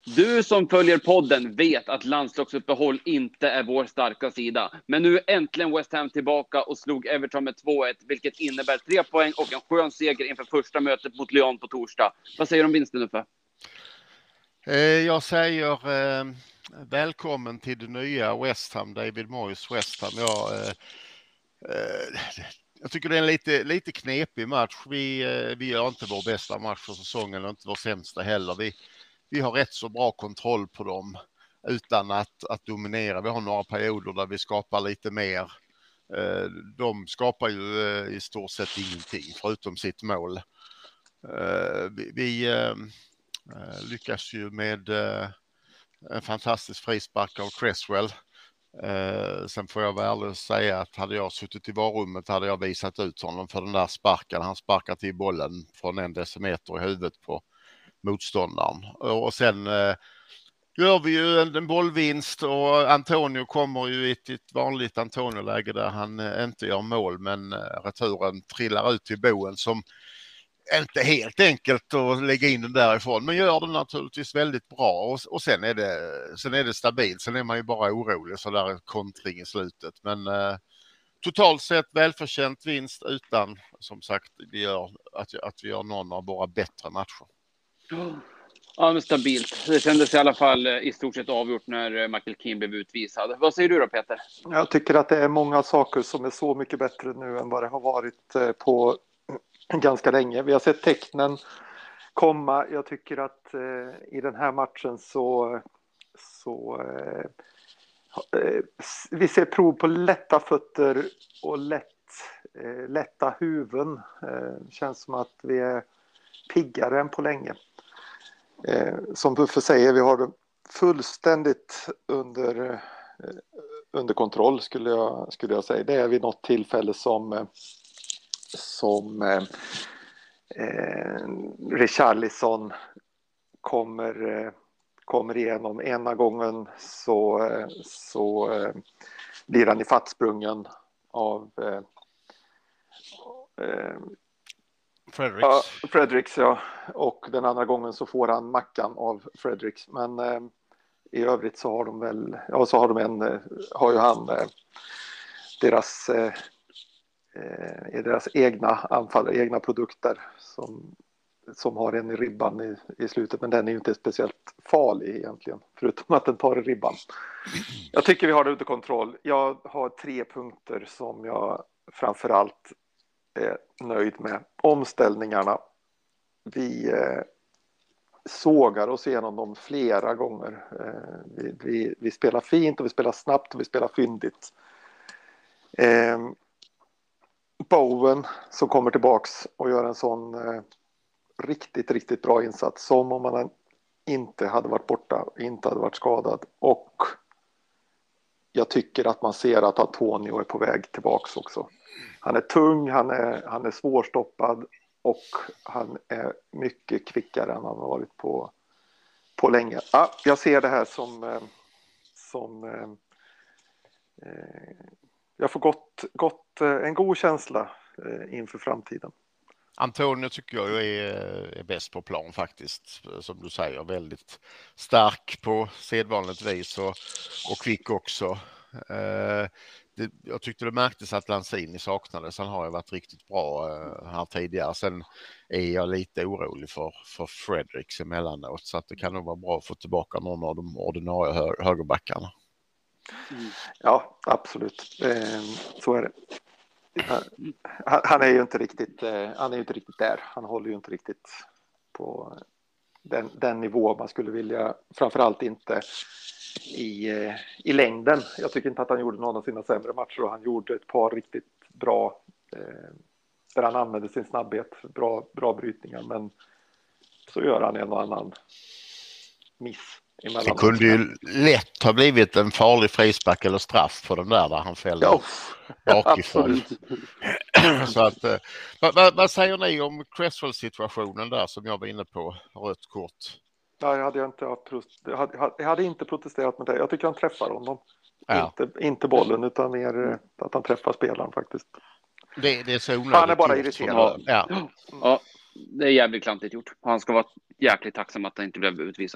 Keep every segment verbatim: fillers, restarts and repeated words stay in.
Du som följer podden vet att landslagsuppehåll inte är vår starka sida. Men nu är äntligen West Ham tillbaka och slog Everton med två ett, vilket innebär tre poäng och en skön seger inför första mötet mot Lyon på torsdag. Vad säger du om vinsten, Uffe? Jag säger eh, välkommen till det nya West Ham, David Moyes West Ham. Jag, eh, eh, jag tycker det är en lite, lite knepig match. Vi, eh, vi gör inte vår bästa match för säsongen och inte vår sämsta heller. Vi, vi har rätt så bra kontroll på dem utan att, att dominera. Vi har några perioder där vi skapar lite mer. Eh, de skapar ju eh, i stort sett ingenting förutom sitt mål. Eh, vi... vi eh, Uh, lyckas ju med uh, en fantastisk frispark av Cresswell. Uh, sen får jag väl säga att hade jag suttit i varummet hade jag visat ut honom för den där sparken. Han sparkar till bollen från en decimeter i huvudet på motståndaren. Och sen uh, gör vi ju en, en bollvinst och Antonio kommer ju i ett, ett vanligt Antonio-läge där han uh, inte gör mål, men uh, returen trillar ut till Boen som inte helt enkelt att lägga in den därifrån, men gör det naturligtvis väldigt bra och, och sen, är det, sen är det stabilt. Sen är man ju bara orolig så där är kontring i slutet. Men eh, totalt sett välförtjänt vinst utan, som sagt, det gör att, att vi gör någon av våra bättre matcher. Ja, men stabilt. Det kändes i alla fall i stort sett avgjort när Michael Keane blev utvisad. Vad säger du då, Peter? Jag tycker att det är många saker som är så mycket bättre nu än vad det har varit på ganska länge. Vi har sett tecknen komma. Jag tycker att eh, i den här matchen så, så eh, vi ser prov på lätta fötter och lätt, eh, lätta huvuden. Eh, känns som att vi är piggare än på länge. Eh, som Buffe säger, vi har det fullständigt under, eh, under kontroll skulle jag, skulle jag säga. Det är vid något tillfälle som eh, som eh, eh, Richarlison kommer, eh, kommer igenom. Ena gången så, eh, så eh, blir han ifattsprungen av eh, eh, Fredericks. Ja, Fredericks, ja. Och den andra gången så får han mackan av Fredericks. Men eh, i övrigt så har de väl, ja så har de en, eh, har ju han eh, deras eh, i deras egna anfall, egna produkter som, som har en i ribban i, i slutet, men den är ju inte speciellt farlig egentligen, förutom att den tar i ribban. Jag tycker vi har det under kontroll. Jag har tre punkter som jag framförallt är nöjd med. Omställningarna. Vi eh, sågar oss igenom dem flera gånger. Eh, vi, vi, vi spelar fint och vi spelar snabbt och vi spelar fyndigt. Eh, Bowen som kommer tillbaks och gör en sån eh, riktigt, riktigt bra insats som om man inte hade varit borta, inte hade varit skadad. Och jag tycker att man ser att Antonio är på väg tillbaks också. Han är tung, han är, han är svårstoppad och han är mycket kvickare än han har varit på, på länge. Ja, jag ser det här som, eh, som eh, eh, jag får gott, gott, en god känsla inför framtiden. Antonio tycker jag är, är bäst på plan faktiskt, som du säger, väldigt stark på sedvanligt vis och, och kvick också. Eh, det, jag tyckte det märktes att Lanzini saknades, han har ju varit riktigt bra eh, här tidigare. Sen är jag lite orolig för, för Fredericks emellanåt, så att det kan nog vara bra att få tillbaka någon av de ordinarie hö, högerbackarna. Mm. Ja, absolut. Eh, så är det. Han, han är ju inte riktigt eh, han är ju inte riktigt där. Han håller ju inte riktigt på den, den nivå man skulle vilja, framförallt inte i, eh, i längden. Jag tycker inte att han gjorde någon av sina sämre matcher och han gjorde ett par riktigt bra eh, där han använde sin snabbhet, bra, bra brytningar, men så gör han en och annan miss. Det kunde ju lätt ha blivit en farlig frispark eller straff för den där där han fällde ja, bakifrån. Så att, eh, vad, vad, vad säger ni om Cresswell-situationen där som jag var inne på, rött kort? Ja, jag hade inte, jag hade, jag hade inte protesterat med det. Jag tycker han träffar honom. Ja. Inte, inte bollen utan mer att han träffar spelaren faktiskt. Det, det är så onödigt. Han är bara irriterad. Ja. Ja. Ja, det är jävligt klantigt gjort. Han ska vara jäkligt tacksam att han inte blev utvisad.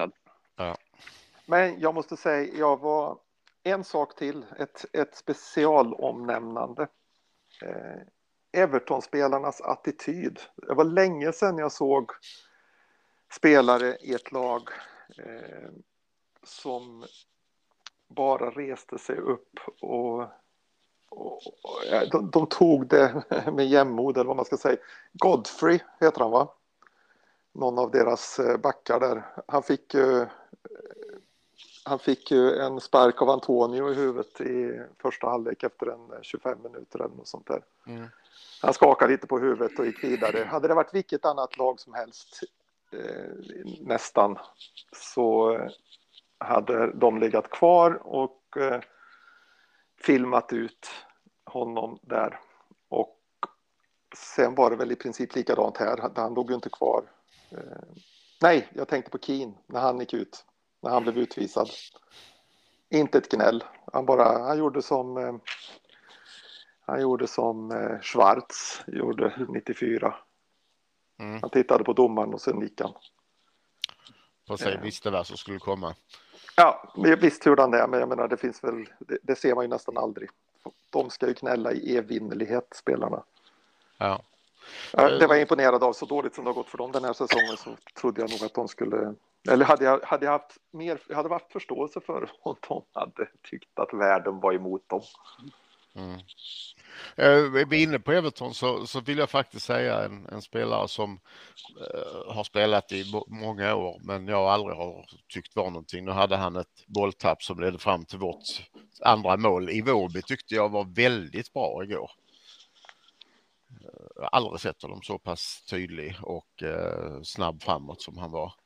Ja. Men jag måste säga, jag var en sak till, ett, ett specialomnämnande. Eh, Everton-spelarnas attityd. Det var länge sedan jag såg spelare i ett lag eh, som bara reste sig upp och, och, och de, de tog det med jämnmod, eller vad man ska säga. Godfrey heter han, va? Någon av deras backar där. Han fick ju han fick ju en spark av Antonio i huvudet i första halvlek efter en tjugofem minuter eller något sånt där. Mm. Han skakade lite på huvudet och gick vidare. Hade det varit vilket annat lag som helst eh, nästan, så hade de legat kvar och eh, filmat ut honom där. Och sen var det väl i princip likadant här. Han låg ju inte kvar. Eh, nej, jag tänkte på Keane när han gick ut. När han blev utvisad. Inte ett gnäll. Han bara, han gjorde som eh, han gjorde som eh, Schwarz gjorde nittiofyra. Mm. Han tittade på domaren och sen gick han. För sig eh. visste vad som skulle komma. Ja, visst gjorde han det. Men jag menar, det finns väl, det, det ser man ju nästan aldrig. De ska ju knälla i evinnerlighet, spelarna. Ja. Ja, det var jag imponerad av. Så dåligt som det har gått för dem den här säsongen, så trodde jag nog att de skulle, eller hade jag, hade jag haft mer, jag hade haft förståelse för om de hade tyckt att världen var emot dem. Mm. Eh, vi är inne på Everton, så, så vill jag faktiskt säga en, en spelare som eh, har spelat i bo- många år, men jag aldrig har tyckt var någonting. Nu hade han ett bolltapp som ledde fram till vårt andra mål. Iwobi tyckte jag var väldigt bra igår. Jag har aldrig sett honom så pass tydlig och eh, snabb framåt som han var.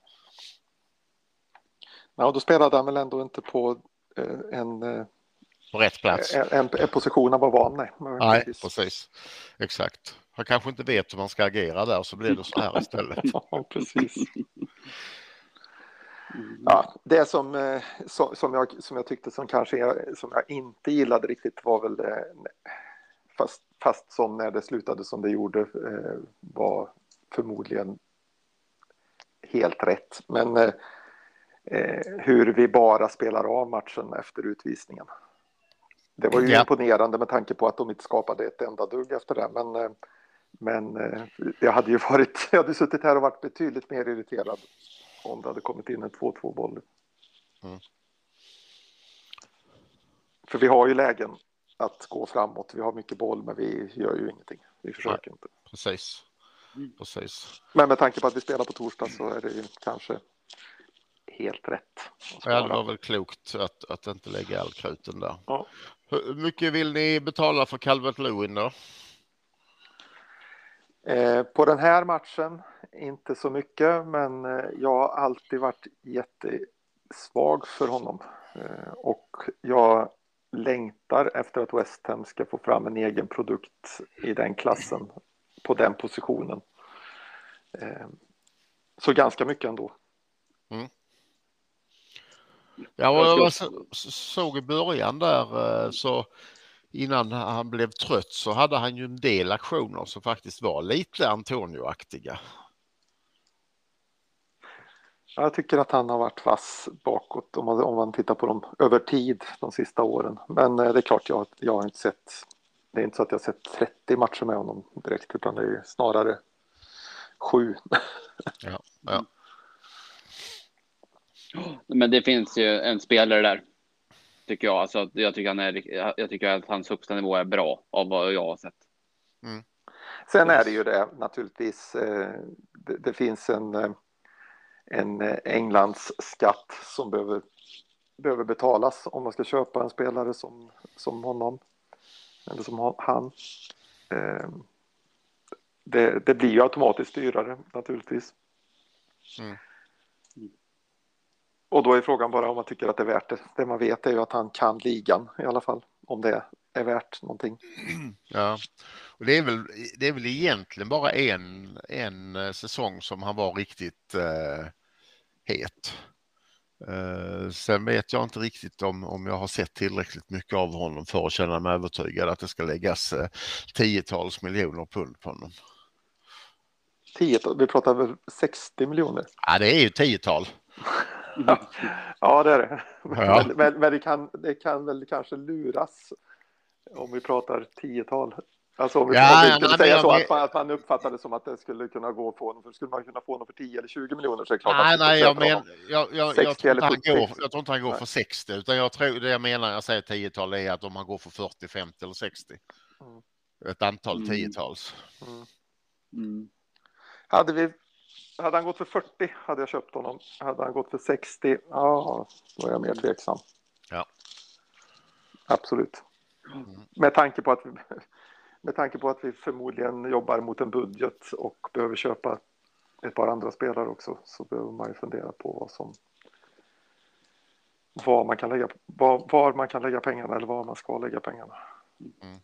Ja, då spelade han väl ändå inte på eh, en, eh, på rätt plats. En, en, en position han var van. Nej, nej precis. precis. Exakt. Han kanske inte vet hur man ska agera där, så blir det så här istället. Ja, precis. Ja, det som, eh, som, som, jag, som jag tyckte som kanske jag, som jag inte gillade riktigt var väl eh, fast, fast som när det slutade som det gjorde eh, var förmodligen helt rätt. Men eh, hur vi bara spelar av matchen efter utvisningen. Det var ju ja. imponerande med tanke på att de inte skapade ett enda dugg efter det. Men, men jag hade ju varit, jag hade suttit här och varit betydligt mer irriterad om det hade kommit in en två två boll. Mm. För vi har ju lägen att gå framåt. Vi har mycket boll, men vi gör ju ingenting. Vi försöker ja, inte. Precis. Precis. Men med tanke på att vi spelar på torsdag så är det ju kanske helt rätt. Ja, det var väl klokt att, att inte lägga all kruten där. Ja. Hur mycket vill ni betala för Calvert-Lewin då? Eh, på den här matchen inte så mycket, men eh, jag har alltid varit jättesvag för honom. Eh, och jag längtar efter att West Ham ska få fram en egen produkt i den klassen, på den positionen. Eh, så ganska mycket ändå. Mm. Ja, och jag så, såg i början där, så innan han blev trött så hade han ju en del aktioner som faktiskt var lite Antonio-aktiga. Jag tycker att han har varit vass bakåt om man, om man tittar på dem över tid de sista åren. Men det är klart, jag, jag har inte sett, det är inte så att jag har sett trettio matcher med honom direkt, utan det är snarare sju. Ja, ja. Men det finns ju en spelare där, tycker jag. Alltså, jag, tycker han är, jag tycker att hans högsta nivå är bra av vad jag har sett. Mm. Sen är det ju det naturligtvis. Det, det finns en, en Englands skatt som behöver, behöver betalas om man ska köpa en spelare som, som honom. Eller som han. Det, det blir ju automatiskt dyrare naturligtvis. Mm. Och då är frågan bara om man tycker att det är värt det. Det man vet är ju att han kan ligan i alla fall. Om det är värt någonting. Ja, och det är väl, det är väl egentligen bara en, en säsong som han var riktigt uh, het. Uh, sen vet jag inte riktigt om, om jag har sett tillräckligt mycket av honom för att känna mig övertygad att det ska läggas uh, tiotals miljoner pund på honom. Tiotal? Vi pratar väl sextio miljoner? Ja, det är ju tiotal. Ja, det är det. Ja. Men, men, men det, kan, det kan väl kanske luras om vi pratar tiotal. Alltså om vi, Ja, om vi ja, skulle nej, säga men så jag att man, att man uppfattar det som att det skulle kunna gå på honom. För skulle man kunna få honom för tio eller tjugo miljoner så är det klart Nej, att vi nej, jag, köper men, honom. jag, jag, jag, sextio tror eller inte han sjuttio. går, jag tror inte han går Nej. för sextio, utan jag tror det jag menar jag säger tiotal är att om han går för fyrtio, femtio eller sextio. Mm. Ett antal Mm. tiotals. Mm. Mm. Hade, vi, hade han gått för fyrtio hade jag köpt honom. Hade han gått för sextio, ja, då är jag mer tveksam. Ja. Absolut. Mm. Med tanke på att vi, med tanke på att vi förmodligen jobbar mot en budget och behöver köpa ett par andra spelare också, så behöver man ju fundera på vad som var man kan lägga var, var man kan lägga pengarna eller var man ska lägga pengarna. Mm.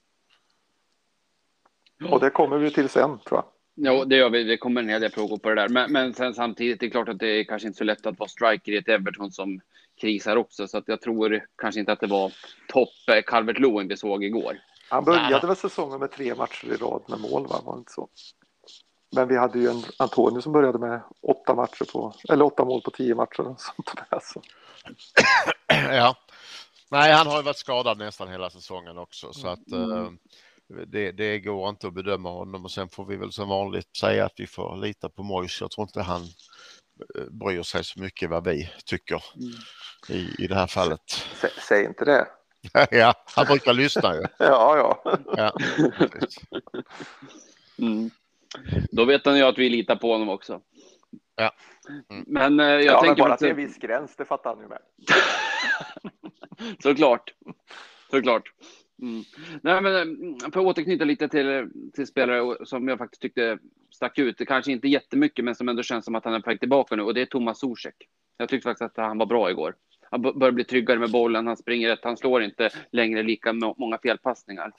Och det kommer vi till sen, tror jag. Ja, det gör vi. Det kommer en hel del frågor på det där. Men, men sen samtidigt, det är klart att det är kanske inte så lätt att vara striker i ett Everton som krisar också. Så att jag tror kanske inte att det var topp Calvert-Lewin vi såg igår. Han började väl säsongen med tre matcher i rad med mål, va? Var det inte så? Men vi hade ju en Antonio som började med åtta matcher på, eller åtta mål på tio matcher. Och sånt där, alltså. Ja. Nej, han har ju varit skadad nästan hela säsongen också, så att Mm. uh, det, det går inte att bedöma honom, och sen får vi väl som vanligt säga att vi får lita på Moyes. Jag tror inte han uh, bryr sig så mycket vad vi tycker Mm. i, i det här fallet. Sä, säg inte det. Ja, han brukar lyssna ju. Ja, ja. Ja, Mm. Då vet han ju att vi litar på honom också. ja. Mm. Men eh, jag ja, tänker men bara att till en viss gräns, det fattar han ju med. Såklart. Såklart. Mm. Nej, men för att återknyta lite till, till spelare som jag faktiskt tyckte stack ut. Det kanske inte jättemycket, men som ändå känns som att han är på väg tillbaka nu. Och det är Thomas Zuzek. Jag tyckte faktiskt att han var bra igår. Han börjar bli tryggare med bollen. Han springer rätt. Han slår inte längre lika många felpassningar.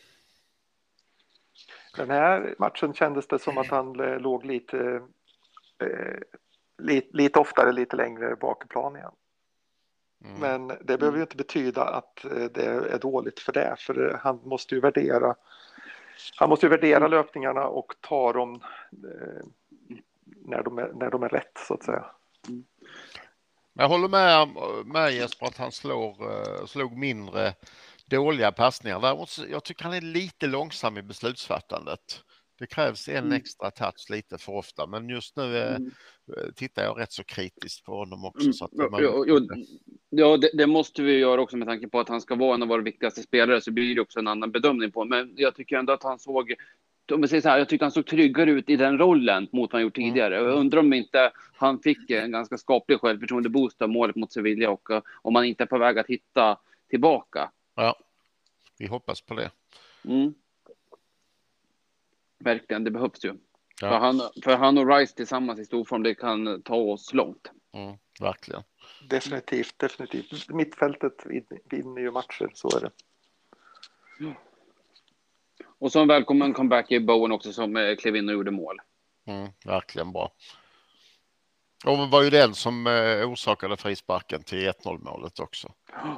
Den här matchen kändes det som att han låg lite, eh, lite, lite oftare, lite längre bak i plan igen. Mm. Men det behöver ju inte betyda att det är dåligt för det, för han måste ju värdera han måste ju värdera mm. löpningarna och ta dem eh, när, de är, när de är rätt, så att säga. Mm. Jag håller med, med Jesper att han slår, slog mindre dåliga passningar. Däremot, jag tycker han är lite långsam i beslutsfattandet. Det krävs en mm. extra touch lite för ofta, men just nu eh, mm. tittar jag rätt så kritiskt på honom också. Så att mm. man... jo, jo, ja, det, det måste vi göra också med tanke på att han ska vara en av våra viktigaste spelare, så blir det också en annan bedömning på. Men jag tycker ändå att han såg, om jag säger så här, jag tyckte han såg tryggare ut i den rollen mot vad han gjort tidigare. Mm. Jag undrar om inte han fick en ganska skaplig självförtroende boost av målet mot Sevilla, och om man inte är på väg att hitta tillbaka. Ja, vi hoppas på det. Mm. Verkligen, det behövs ju. Ja. För, han, för han och Rice tillsammans i storform, det kan ta oss långt. Mm, verkligen. Definitivt, definitivt. Mittfältet vinner ju matcher, så är det. Ja. Och så en välkommen comeback i Bowen också, som klev in och gjorde mål. Mm, verkligen bra. Och det var ju den som eh, orsakade frisparken till ett noll målet också.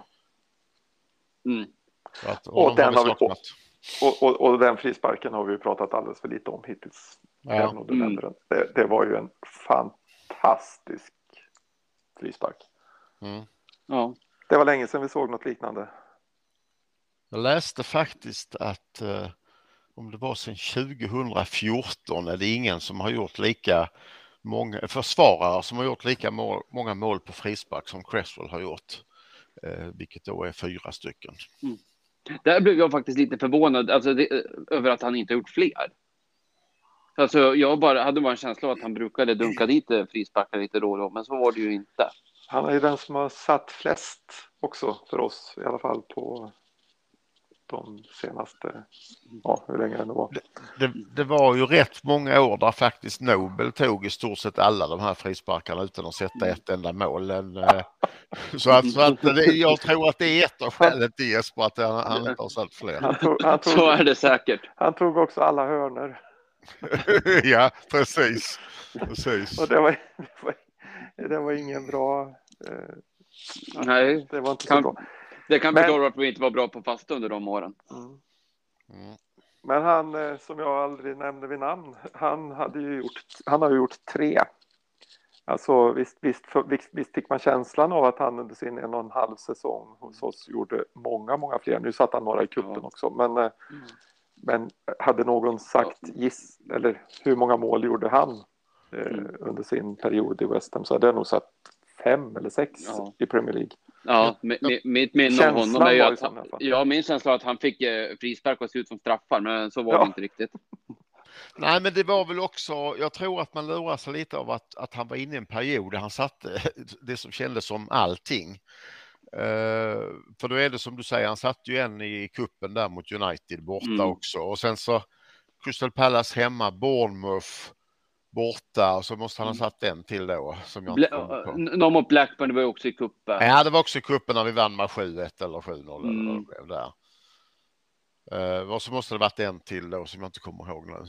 Mm. Att, och, och, den har vi, och, och, och den frisparken har vi ju pratat alldeles för lite om hittills. Ja. Mm. Det, det var ju en fantastisk frispark. Mm. Ja. Det var länge sedan vi såg något liknande. Jag läste faktiskt att eh, om det var sedan tjugo fjorton är det ingen som har gjort lika många försvarare som har gjort lika mål, många mål på frispark som Cresswell har gjort. Eh, vilket då är fyra stycken. Mm. Där blev jag faktiskt lite förvånad alltså det, över att han inte har gjort fler. Alltså jag bara hade bara en känsla av att han brukade dunka dit frisparkar lite då och då, men så var det ju inte. Han är ju den som har satt flest också för oss, i alla fall på de senaste, ja, hur länge det nu var. Det, det, det var ju rätt många år där faktiskt Nobel tog i stort sett alla de här frisparkarna utan att sätta ett enda mål. En, så att, så att det, jag tror att det är ett av skälen till Jesper att han, han inte har satt fler. Han tog, han tog, så är det säkert. Han tog också alla hörnor. Ja, precis. precis. Och det var, det var, det var ingen bra... Eh, Nej, det var inte kan, så bra. Det kan förklara varför vi inte var bra på fasta under de åren. Mm. Mm. Men han, som jag aldrig nämnde vid namn, han hade ju gjort, han har gjort tre. Alltså visst, visst, för, visst, visst fick man känslan av att han under sin en och en halv säsong hos oss gjorde många, många fler. Nu satt han några i kuppen Ja. också, men, Mm. men hade någon sagt giss, eller hur många mål gjorde han eh, Mm. under sin period i West Ham, så hade jag nog satt fem eller sex Ja. i Premier League. Ja, mi- mi- mitt minne av honom Känslan är ju var ju att sån i alla fall. ja, min känsla är att han fick eh, frispark och se ut som straffar, men så var Ja. det inte riktigt. Nej, men det var väl också, jag tror att man lurar sig lite av att, att han var inne i en period där han satte det som kändes som allting. Uh, för då är det som du säger, han satt ju en i kuppen där mot United borta Mm. också. Och sen så Crystal Palace hemma, Bournemouth borta, och så måste han ha satt en till då som jag inte kommer på. Bla- Någon mot Blackburn, det var ju också i kuppen. Ja, det var också i kuppen när vi vann med sju ett eller sju noll Mm. eller vad det blev där. Uh, och så måste det varit en till då som jag inte kommer ihåg nu.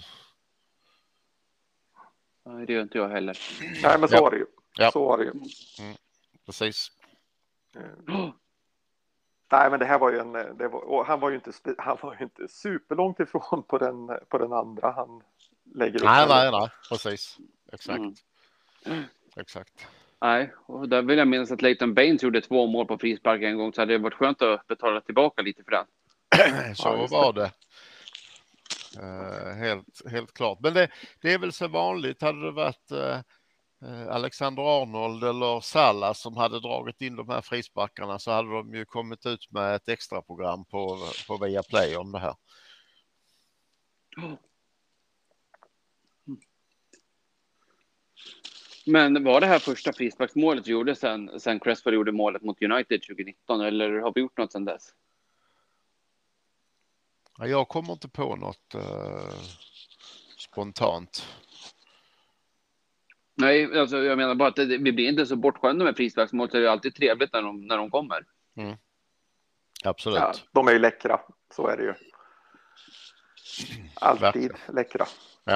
Nej, det gör inte jag heller. Nej, men så Ja. var det ju. Ja. Så var det ju. Mm. Precis. Eh, Nej, men det här var ju en, det var, och han var ju inte, spe- han var ju inte superlångt ifrån på den, på den andra han lägger upp. Nej, nej, nej, precis. Exakt. Mm. Exakt. Nej, och där vill jag minnas att Leighton Baines gjorde två mål på frispark en gång, så hade det varit skönt att betala tillbaka lite för det. Så Ja, just det. var det. Uh, helt, helt klart. Men det, det är väl så vanligt. Hade det varit uh, Alexander Arnold eller Salah som hade dragit in de här frisparkarna, så hade de ju kommit ut med ett extra program på, på Viaplay om det här. Men var det här första frisparksmålet vi gjorde sen, sen Cresswell gjorde målet mot United tjugonitton, eller har vi gjort något sen dess? Ja, jag kommer inte på något uh, spontant. Nej, alltså jag menar bara att det, vi blir inte så bortskämda med frisparksmål, så det är alltid trevligt när de, när de kommer. Mm. Absolut. Ja, de är ju läckra, så är det ju. Alltid Verkligen. läckra. Ja.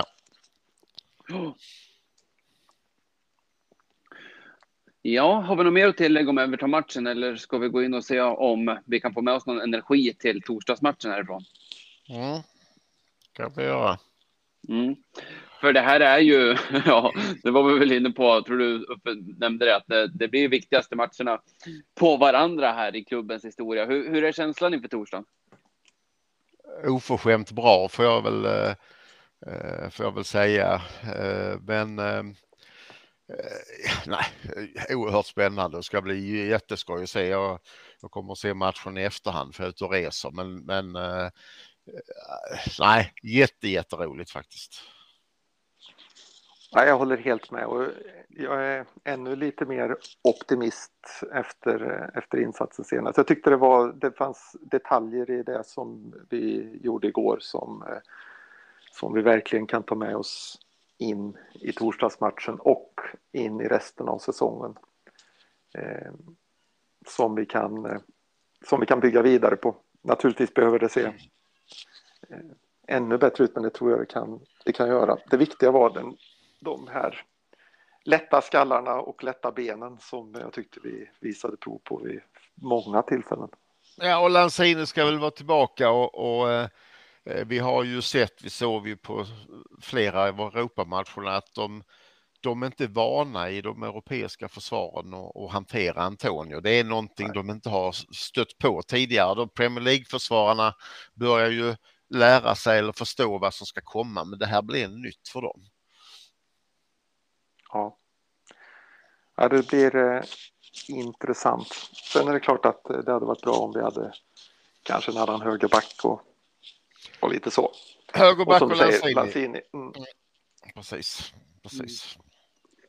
Ja, har vi något mer att tillägga om Everton-matchen, eller ska vi gå in och se om vi kan få med oss någon energi till torsdagsmatchen härifrån? Mm. Kan vi göra. Mm. För det här är ju, ja, det var vi väl inne på, jag tror du nämnde det, att det, det blir viktigaste matcherna på varandra här i klubbens historia. Hur, hur är känslan inför torsdagen? Oförskämt bra får jag väl, eh, får jag väl säga. Eh, men eh, nej, oerhört spännande. Det ska bli jätteskoj att se. Jag, jag kommer att se matchen i efterhand för jag är ute och reser. Men, men eh, nej, jätte, jätteroligt faktiskt. Ja, jag håller helt med, och jag är ännu lite mer optimist efter, efter insatsen senast. Jag tyckte det, var, det fanns detaljer i det som vi gjorde igår som, som vi verkligen kan ta med oss in i torsdagsmatchen och in i resten av säsongen. Eh, som, vi kan, som vi kan bygga vidare på. Naturligtvis behöver det se eh, ännu bättre ut, men det tror jag det kan, det kan göra. Det viktiga var den de här lätta skallarna och lätta benen som jag tyckte vi visade prov på vid många tillfällen. Ja, och Lanzini ska väl vara tillbaka och, och eh, vi har ju sett, vi såg ju på flera av Europamatcherna att de, de är inte vana i de europeiska försvaren och, och hantera Antonio. Det är någonting Nej. de inte har stött på tidigare. De Premier League-försvararna börjar ju lära sig eller förstå vad som ska komma, men det här blir nytt för dem. Ja, ja det blir eh, intressant. Sen är det klart att det hade varit bra om vi hade kanske en annan högerback och, och lite så. Högerback och, och Lanzini. Lanzini. Mm. Precis, precis. Mm.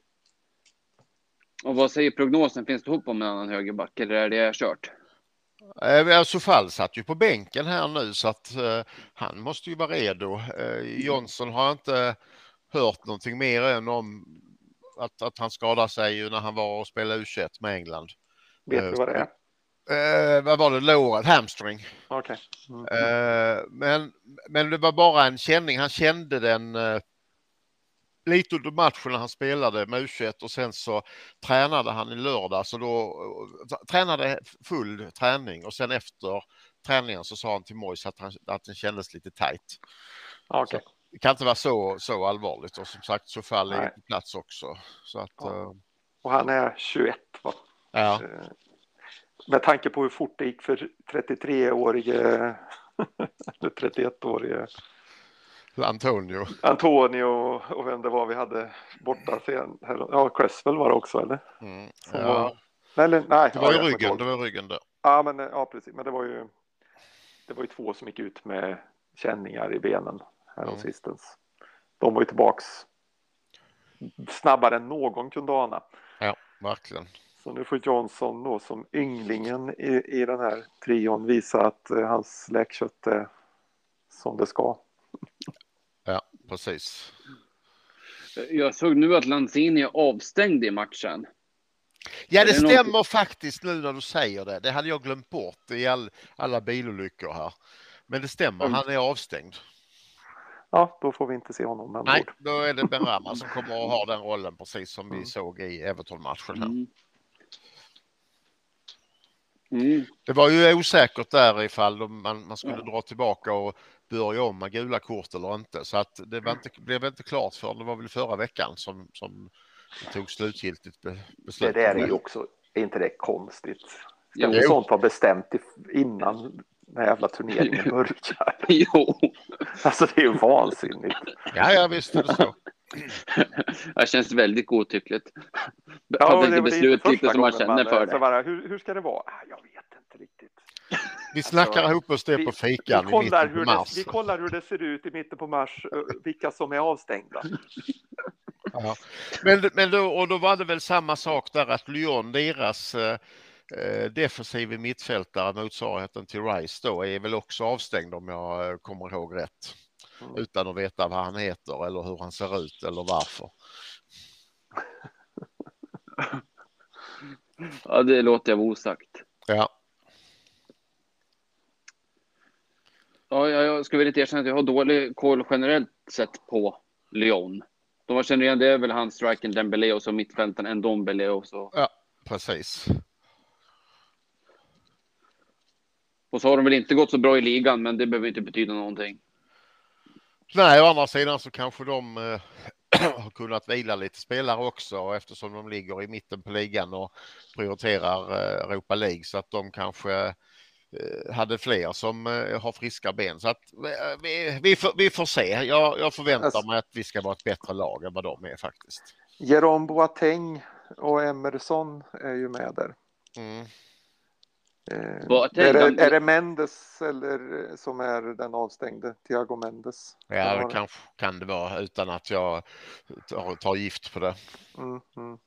Och vad säger prognosen? Finns det hopp om en annan högerback, eller är det kört? Eh, Sofall satt ju på bänken här nu, så att eh, han måste ju vara redo. Eh, Johnson har inte hört någonting mer än om att, att han skadade sig ju när han var och spelade U tjugoett med England. Vet eh, du vad det är? Eh, vad var det? Låret, hamstring. Okej. Okay. Mm. Eh, men, men det var bara en känning. Han kände den eh, lite under matchen när han spelade med U tjugoett, och sen så tränade han i lördag, så då uh, tränade full träning, och sen efter träningen så sa han till Moyes att, han, att den kändes lite tajt. Okay. Det kan inte vara så, så allvarligt, och som sagt så faller Nej. på plats också. Så att, ja. uh, Och han är tjugoett, va? Ja. Med tanke på hur fort det gick för trettiotre-årige eller trettioett-årige Antonio. Antonio och vem det var vi hade borta sen. Ja, Cresswell var det också, eller? Mm. Som Ja. var, eller, nej, Det var ju ja, ryggen, det var ryggen där. Ja, men, ja, precis. Men det var ju det var ju två som gick ut med känningar i benen här Mm. sistens. De var ju tillbaks snabbare än någon kunde ana. Ja, verkligen. Så nu får Johnson då som ynglingen i, i den här trion visa att eh, hans läkkött är som det ska. Ja, precis. Jag såg nu att Lanzini är avstängd i matchen. Ja, det, det stämmer någonting? faktiskt nu när du säger det. Det hade jag glömt bort i all, alla bilolyckor här. Men det stämmer, Mm. han är avstängd. Ja, då får vi inte se honom med Nej, bord. då är det Benrahma som kommer att ha den rollen precis som vi Mm. såg i Everton-matchen här. Mm. Mm. Det var ju osäkert där ifall de, man, man skulle dra tillbaka och börja om med gula kort eller inte. Så att det var inte, blev inte klart för det var väl förra veckan som, som det tog slutgiltigt be, beslut. Det där är ju också, är inte det konstigt? Ska Jo. inte sånt vara bestämt innan den här jävla turneringen börjar? Jo. Alltså det är ju vansinnigt. Ja, ja, visst är det så. Det känns väldigt godtyckligt. Ja, Hade det, inte det är beslut inte lite första som man gången känner för så det. bara, hur, hur ska det vara? Ah, jag vet inte riktigt. Vi snackar Alltså, ihop oss det vi, på fikan vi i kollar, mitten på hur mars. det, vi kollar hur det ser ut i mitten på mars, eh, vilka som är avstängda. Ja. Men, men då, och då var det väl samma sak där att Lyon, deras eh, defensiva mittfältare, motsvarigheten till Rice då, är väl också avstängd om jag eh, kommer ihåg rätt. Mm. Utan att veta vad han heter eller hur han ser ut eller varför. Ja, det låter jag osagt. Ja. Ja, jag ska väl inte erkänna att jag har dålig koll generellt sett på Lyon. De var känner igen det är väl han striken Dembélé och så mittfältaren en Ndombele och så. Ja, precis. Och så har de väl inte gått så bra i ligan, men det behöver inte betyda någonting. Nej, å andra sidan så kanske de eh, har kunnat vila lite spelare också eftersom de ligger i mitten på ligan och prioriterar eh, Europa League så att de kanske eh, hade fler som eh, har friska ben. Så att eh, vi, vi, får, vi får se. Jag, jag förväntar Alltså, mig att vi ska vara ett bättre lag än vad de är faktiskt. Jerome Boateng och Emerson är ju med där. Mm. Eh, Boateng, är, de- det, är det Mendes eller som är den avstängde? Thiago Mendes? Ja, Var det kanske kan det vara utan att jag tar, tar gift på det. Mm, mm.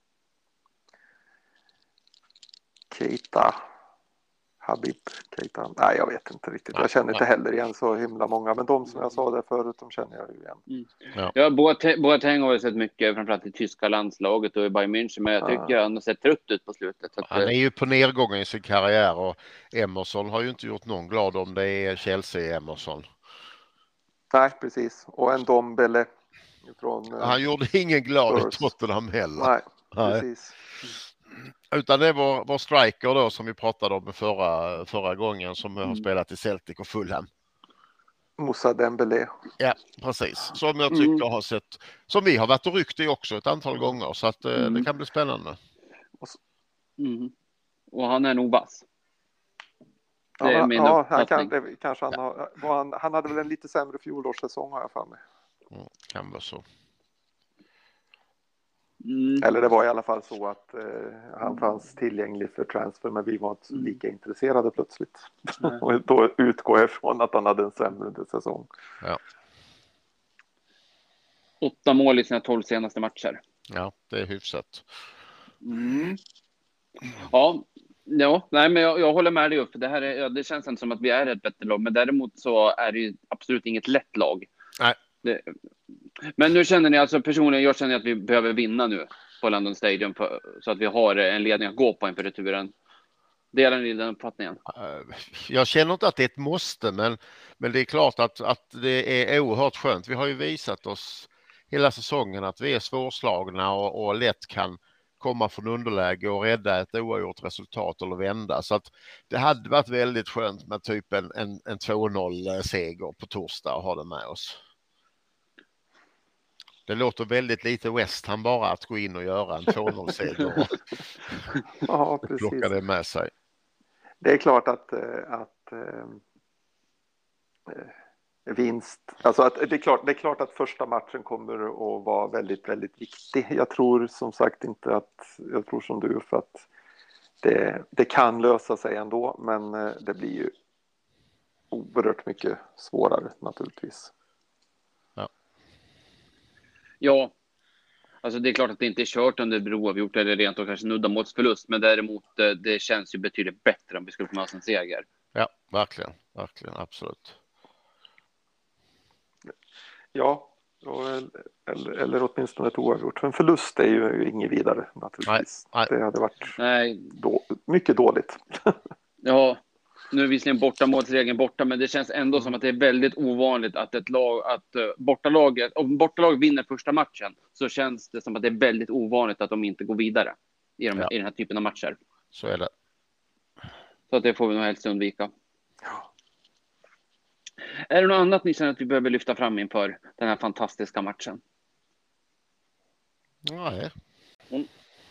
Keita. Habib Keita. Nej, jag vet inte riktigt. Nej, Jag känner inte nej. heller igen så himla många. Men de som jag sa där förut, de känner jag ju igen. Mm. Ja. Ja, Boateng, Boateng har jag sett mycket, framförallt i tyska landslaget och i Bayern München, men jag tycker Ja. han har sett trött ut på slutet. Så att, Han är ju på nedgången i sin karriär och Emerson har ju inte gjort någon glad om det är Chelsea Emerson. Nej, precis. Och en Dombele från... eh, Han gjorde ingen glad i Spurs. Tottenham heller. Nej, Nej. precis. Utan det var vår striker då som vi pratade om förra, förra gången som har Mm. spelat i Celtic och Fulham. Moussa Dembélé. Ja, precis. Som jag Mm. tycker har sett, som vi har varit och ryckt i också ett antal gånger så att eh, Mm. det kan bli spännande. mm. Och han är nog vass. Det är Ja, min ja han, uppfattning. kan, det, kanske han, har, var han, han hade väl en lite sämre fjolårssäsong har jag för mig. Mm, kan vara så. Mm. Eller det var i alla fall så att eh, han fanns tillgänglig för transfer men vi var inte Mm. lika intresserade plötsligt. Nej. Och då utgår jag ifrån att han hade en sämre säsong. Ja, Åtta mål i sina tolv senaste matcher. ja, det är hyfsat. Mm. Ja, ja, nej, men jag, jag håller med dig upp. Det här är, ja, det känns inte som att vi är ett bättre lag, men däremot så är det ju absolut inget lätt lag. Nej. Det, men nu känner ni alltså personligen, jag känner att vi behöver vinna nu på London Stadium för, så att vi har en ledning att gå på inför returen. Delar ni den uppfattningen? Eh, Jag känner inte att det är ett måste, men, men det är klart att, att det är oerhört skönt. Vi har ju visat oss hela säsongen att vi är svårslagna och, och lätt kan komma från underläge och rädda ett oavgjort resultat eller vända. Så att det hade varit väldigt skönt med typ en, en, en två noll seger på torsdag och ha det med oss. Det låter väldigt lite West Ham bara att gå in och göra en två noll-seger och, Ja, och precis. plocka det med sig. Det är klart att, att äh, vinst, alltså att det är klart, det är klart att första matchen kommer att vara väldigt, väldigt viktig. Jag tror som sagt inte att, jag tror som du för att det, det kan lösa sig ändå, men det blir ju oerhört mycket svårare naturligtvis. Ja. Ja, alltså det är klart att det inte är kört om det blir oavgjort eller rent och kanske nudda mot förlust, men däremot det känns ju betydligt bättre om vi skulle få med oss en seger. Ja, verkligen, verkligen, absolut. Ja, eller, eller åtminstone ett oavgjort. En förlust är ju inget vidare naturligtvis. Nej, nej. Det hade varit Nej. Då, mycket dåligt. Ja, nu är visserligen bortamålsregeln borta, men det känns ändå mm. som att det är väldigt ovanligt att ett lag, att uh, bortalaget, om bortalag vinner första matchen, så känns det som att det är väldigt ovanligt att de inte går vidare i, de, ja. i den här typen av matcher. Så är det. Så att det får vi nog helst undvika. Ja. Är det något annat ni känner att vi behöver lyfta fram inför den här fantastiska matchen? Nej. Mm.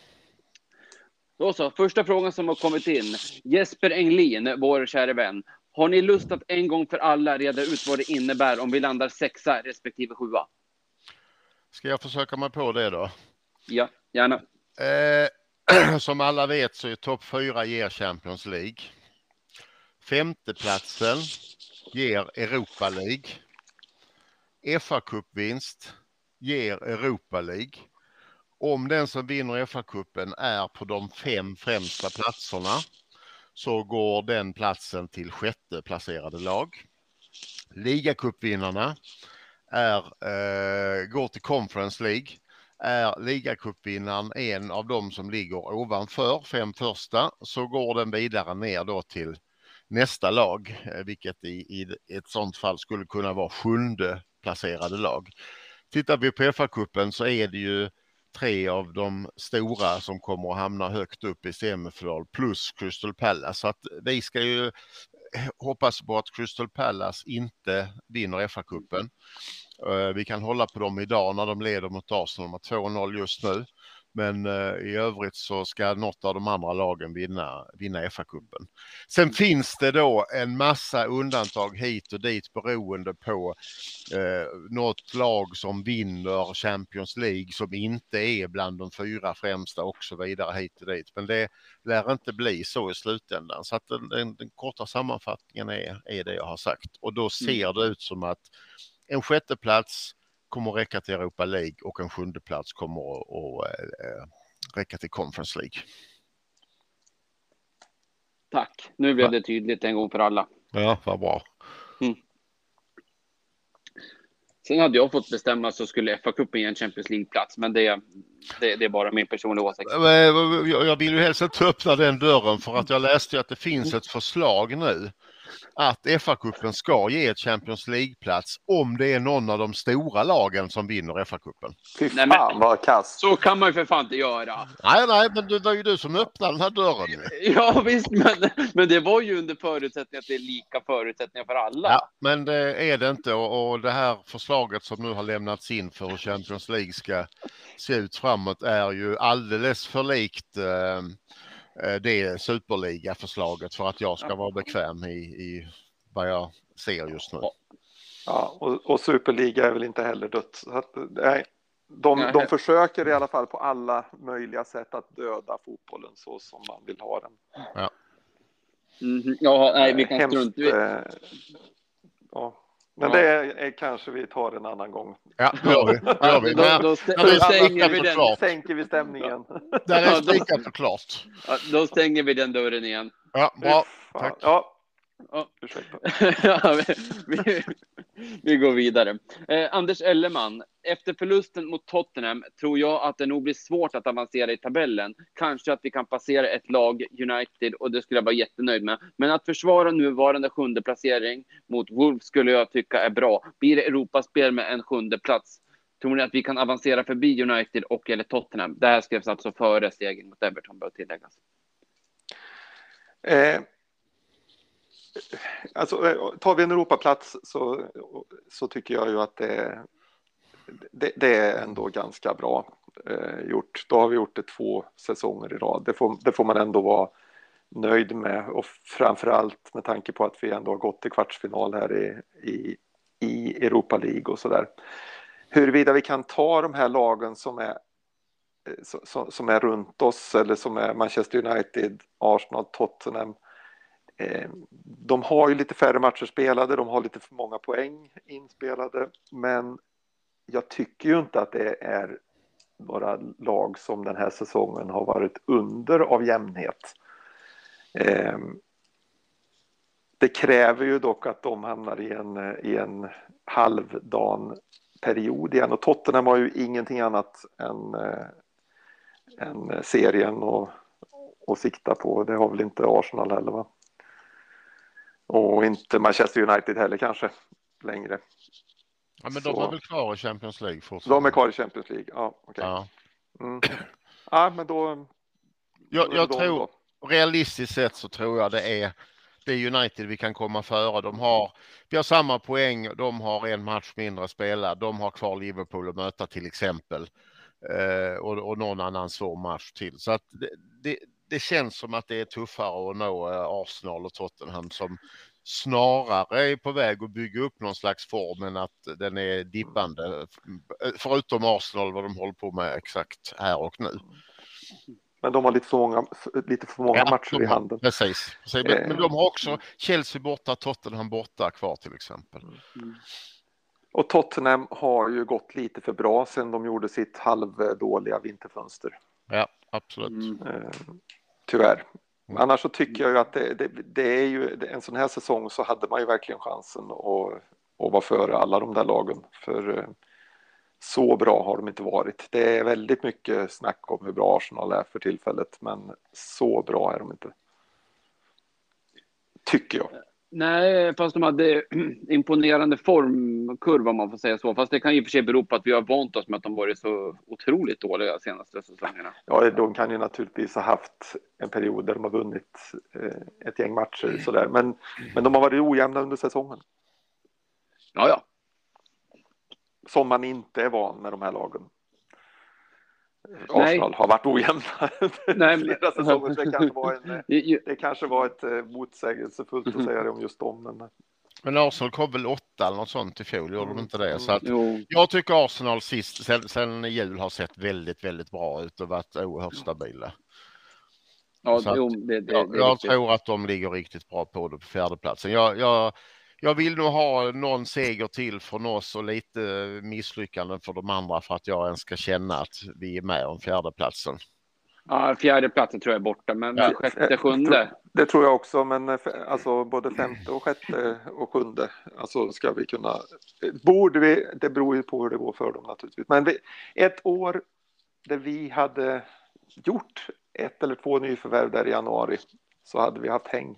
Då så, första frågan som har kommit in. Jesper Englin, vår kära vän. Har ni lust att en gång för alla reda ut vad det innebär om vi landar sexa respektive sjua? Ska jag försöka mig på det då? Ja, gärna. Eh, som alla vet så är topp fyra ger Champions League. Femteplatsen ger Europa League. F A-cupvinst ger Europa League. Om den som vinner F A-cupen är på de fem främsta platserna så går den platsen till sjätte placerade lag. Ligacupvinnarna är, eh, går till Conference League. Är ligacupvinnaren en av de som ligger ovanför fem första så går den vidare ner då till nästa lag, vilket i, i ett sådant fall skulle kunna vara sjunde placerade lag. Tittar vi på F A-cupen så är det ju tre av de stora som kommer att hamna högt upp i semifinal plus Crystal Palace. Så att vi ska ju hoppas på att Crystal Palace inte vinner F A-cupen. Vi kan hålla på dem idag när de leder mot Arsenal med två noll just nu. Men uh, i övrigt så ska något av de andra lagen vinna, vinna F A-cupen. Sen finns det då en massa undantag hit och dit beroende på uh, något lag som vinner Champions League som inte är bland de fyra främsta och så vidare hit och dit. Men det lär inte bli så i slutändan. Så att den, den, den korta sammanfattningen är, är det jag har sagt. Och då ser det ut som att en sjätte plats kommer att räcka till Europa League och en sjunde plats kommer att, att, att räcka till Conference League. Tack. Nu blev det tydligt en gång för alla. Ja, vad bra. Mm. Sen hade jag fått bestämma så skulle F A-cupen ge en Champions League-plats, men det, det, det är bara min personliga åsikt. Jag vill ju helst inte öppna den dörren för att jag läste att det finns ett förslag nu att F A-cupen ska ge ett Champions League-plats om det är någon av de stora lagen som vinner F A-cupen. Fy fan, nej, men, vad kass. Så kan man ju för fan inte göra. Nej, nej, men det var ju du som öppnade den här dörren. Ja, visst, men, men det var ju under förutsättning att det är lika förutsättningar för alla. Ja, men det är det inte och, och det här förslaget som nu har lämnats in för hur Champions League ska se ut framåt är ju alldeles för likt eh, det superliga-förslaget för att jag ska vara bekväm i, i vad jag ser just nu. Ja, och, och superliga är väl inte heller dött. Så att, nej, de, de försöker i alla fall på alla möjliga sätt att döda fotbollen så som man vill ha den. Ja, mm, ja nej, vi kan strunta i. Eh, ja. Men det är, är kanske vi tar en annan gång. Ja, det gör vi. Det gör vi. Då, då, då, då stänger vi den. Sänker vi stämningen. Där är spikat och klart. Ja, då stänger vi den dörren igen. Ja, bra. Tack. Ja. Ja. Ja, vi, vi, vi går vidare. Eh, Anders Ellerman, efter förlusten mot Tottenham tror jag att det nog blir svårt att avancera i tabellen. Kanske att vi kan passera ett lag, United, och det skulle jag vara jättenöjd med. Men att försvara nuvarande sjunde placering mot Wolves skulle jag tycka är bra. Blir det Europaspel med en sjunde plats? Tror ni att vi kan avancera förbi United och eller Tottenham? Det här skrevs alltså före segern mot Everton, bör tilläggas. Eh. Alltså, tar vi en Europaplats så, så tycker jag ju att det det, det är ändå ganska bra eh, gjort. Då har vi gjort det två säsonger i rad. Det får, det får man ändå vara nöjd med, och framförallt med tanke på att vi ändå har gått till kvartsfinal här i, i, i Europa League och sådär. Huruvida vi kan ta de här lagen som är, som, som är runt oss, eller som är Manchester United, Arsenal, Tottenham, eh, de har ju lite färre matcher spelade, de har lite för många poäng inspelade, men jag tycker ju inte att det är några lag som den här säsongen har varit under av jämnhet. Eh, det kräver ju dock att de hamnar i en, i en halvdan period igen, och Tottenham har ju ingenting annat än, eh, än serien och, och sikta på. Det har väl inte Arsenal heller, va? Och inte Manchester United heller kanske längre. Ja, men Så. de är väl kvar i Champions League fortfarande? De är kvar i Champions League, ja, okej. Okay. Ja. Mm. Ja, men då... då jag jag tror, då. realistiskt sett så tror jag det är, det är United vi kan komma före. De har, vi har samma poäng, de har en match mindre spelad, de har kvar Liverpool att möta till exempel. Eh, och, och någon annan svår match till. Så att det, det, det känns som att det är tuffare att nå eh, Arsenal och Tottenham, som snarare är på väg att bygga upp någon slags form än att den är dippande. Förutom Arsenal, vad de håller på med exakt här och nu. Men de har lite för många, lite för många ja, matcher har, i handen. Precis. precis. Men, men de har också Chelsea borta, Tottenham borta kvar till exempel. Mm. Och Tottenham har ju gått lite för bra sen de gjorde sitt halvdåliga vinterfönster. Ja, absolut. Mm. Eh, tyvärr. Mm. Annars så tycker jag ju att det, det, det är ju en sån här säsong, så hade man ju verkligen chansen att, att vara före alla de där lagen. För eh, så bra har de inte varit. Det är väldigt mycket snack om hur bra Arsenal är för tillfället, men så bra är de inte. Tycker jag. Nej, fast de hade imponerande formkurva, om man får säga så. Fast det kan ju för sig bero på att vi har vant oss med att de varit så otroligt dåliga senaste säsongerna. Ja, de kan ju naturligtvis ha haft en period där de har vunnit ett gäng matcher sådär. Men, men de har varit ojämna under säsongen. Ja, ja. Som man inte är van med de här lagen. Arsenal har varit ojämna Nej, flera säsonger, så det kanske var, en, det kanske var ett motsägelsefullt att säga det om just dem. Men, men Arsenal kom väl åtta eller något sånt i fjol, gjorde de inte det? Så att, jo. Jag tycker Arsenal sist, sen, sen jul har sett väldigt, väldigt bra ut och varit oerhört stabila. Ja, så att, jo, det, det, jag det jag tror att de ligger riktigt bra på det på fjärdeplatsen. Jag, jag, jag vill nog ha någon seger till från oss och lite misslyckanden för de andra för att jag ens ska känna att vi är med om fjärdeplatsen. Ja, fjärdeplatsen tror jag är borta, men ja. sjätte, sjunde. Det tror jag också, men alltså både femte och sjätte och sjunde, alltså ska vi kunna, borde vi, det beror ju på hur det går för dem naturligtvis. Men vi, ett år där vi hade gjort ett eller två nyförvärv där i januari, så hade vi haft häng.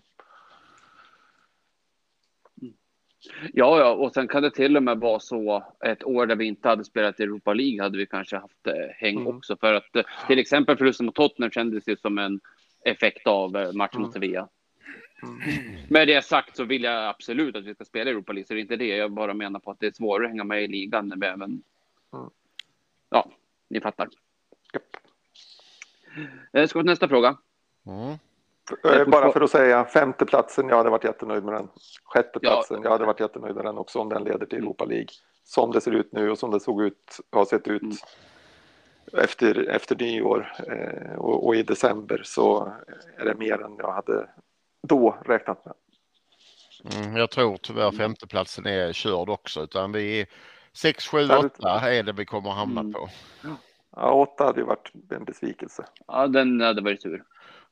Ja, ja, och sen kan det till och med vara så ett år där vi inte hade spelat i Europa League hade vi kanske haft eh, häng mm. också. För att eh, till exempel förlusten mot Tottenham kändes det som en effekt av eh, matchen mm. mot Sevilla. Mm. Med det sagt så vill jag absolut att vi ska spela i Europa League, så det är inte det. Jag bara menar på att det är svårare att hänga med i ligan när vi även... Mm. Ja, ni fattar. Yep. Eh, ska vi till nästa fråga? Mm. Bara för att säga, femte platsen, jag hade varit jättenöjd med den. Sjätte platsen, ja. jag hade varit jättenöjd med den också om den leder till Europa League. Som det ser ut nu och som det såg ut, har sett ut mm. efter, efter nyår eh, och, och i december, så är det mer än jag hade då räknat med. Mm, jag tror tyvärr femteplatsen är körd också, utan vi är sex, sju, åtta är det vi kommer att hamna mm. på. Ja, åtta hade ju varit en besvikelse. Ja, den hade varit tur.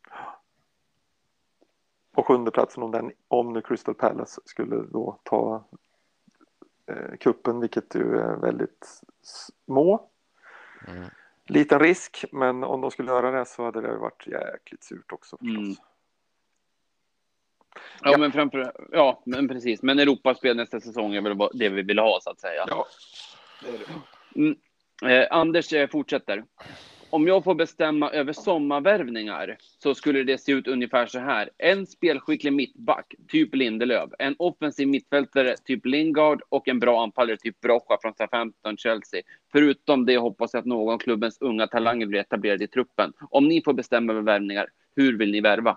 På sjunde platsen om, den, om nu Crystal Palace skulle då ta eh, kuppen, vilket ju är väldigt små. Mm. Liten risk, men om de skulle göra det så hade det varit jäkligt surt också förstås. Mm. Ja, ja. Men framför, ja, men precis. Men Europaspel nästa säsong är väl det vi vill ha, så att säga. Ja. Mm. Eh, Anders eh, fortsätter. Om jag får bestämma över sommarvärvningar så skulle det se ut ungefär så här. En spelskicklig mittback, typ Lindelöf. En offensiv mittfältare, typ Lingard. Och en bra anfallare, typ Brocha från Southampton, Chelsea. Förutom det hoppas jag att någon av klubbens unga talanger blir etablerad i truppen. Om ni får bestämma över värvningar, hur vill ni värva?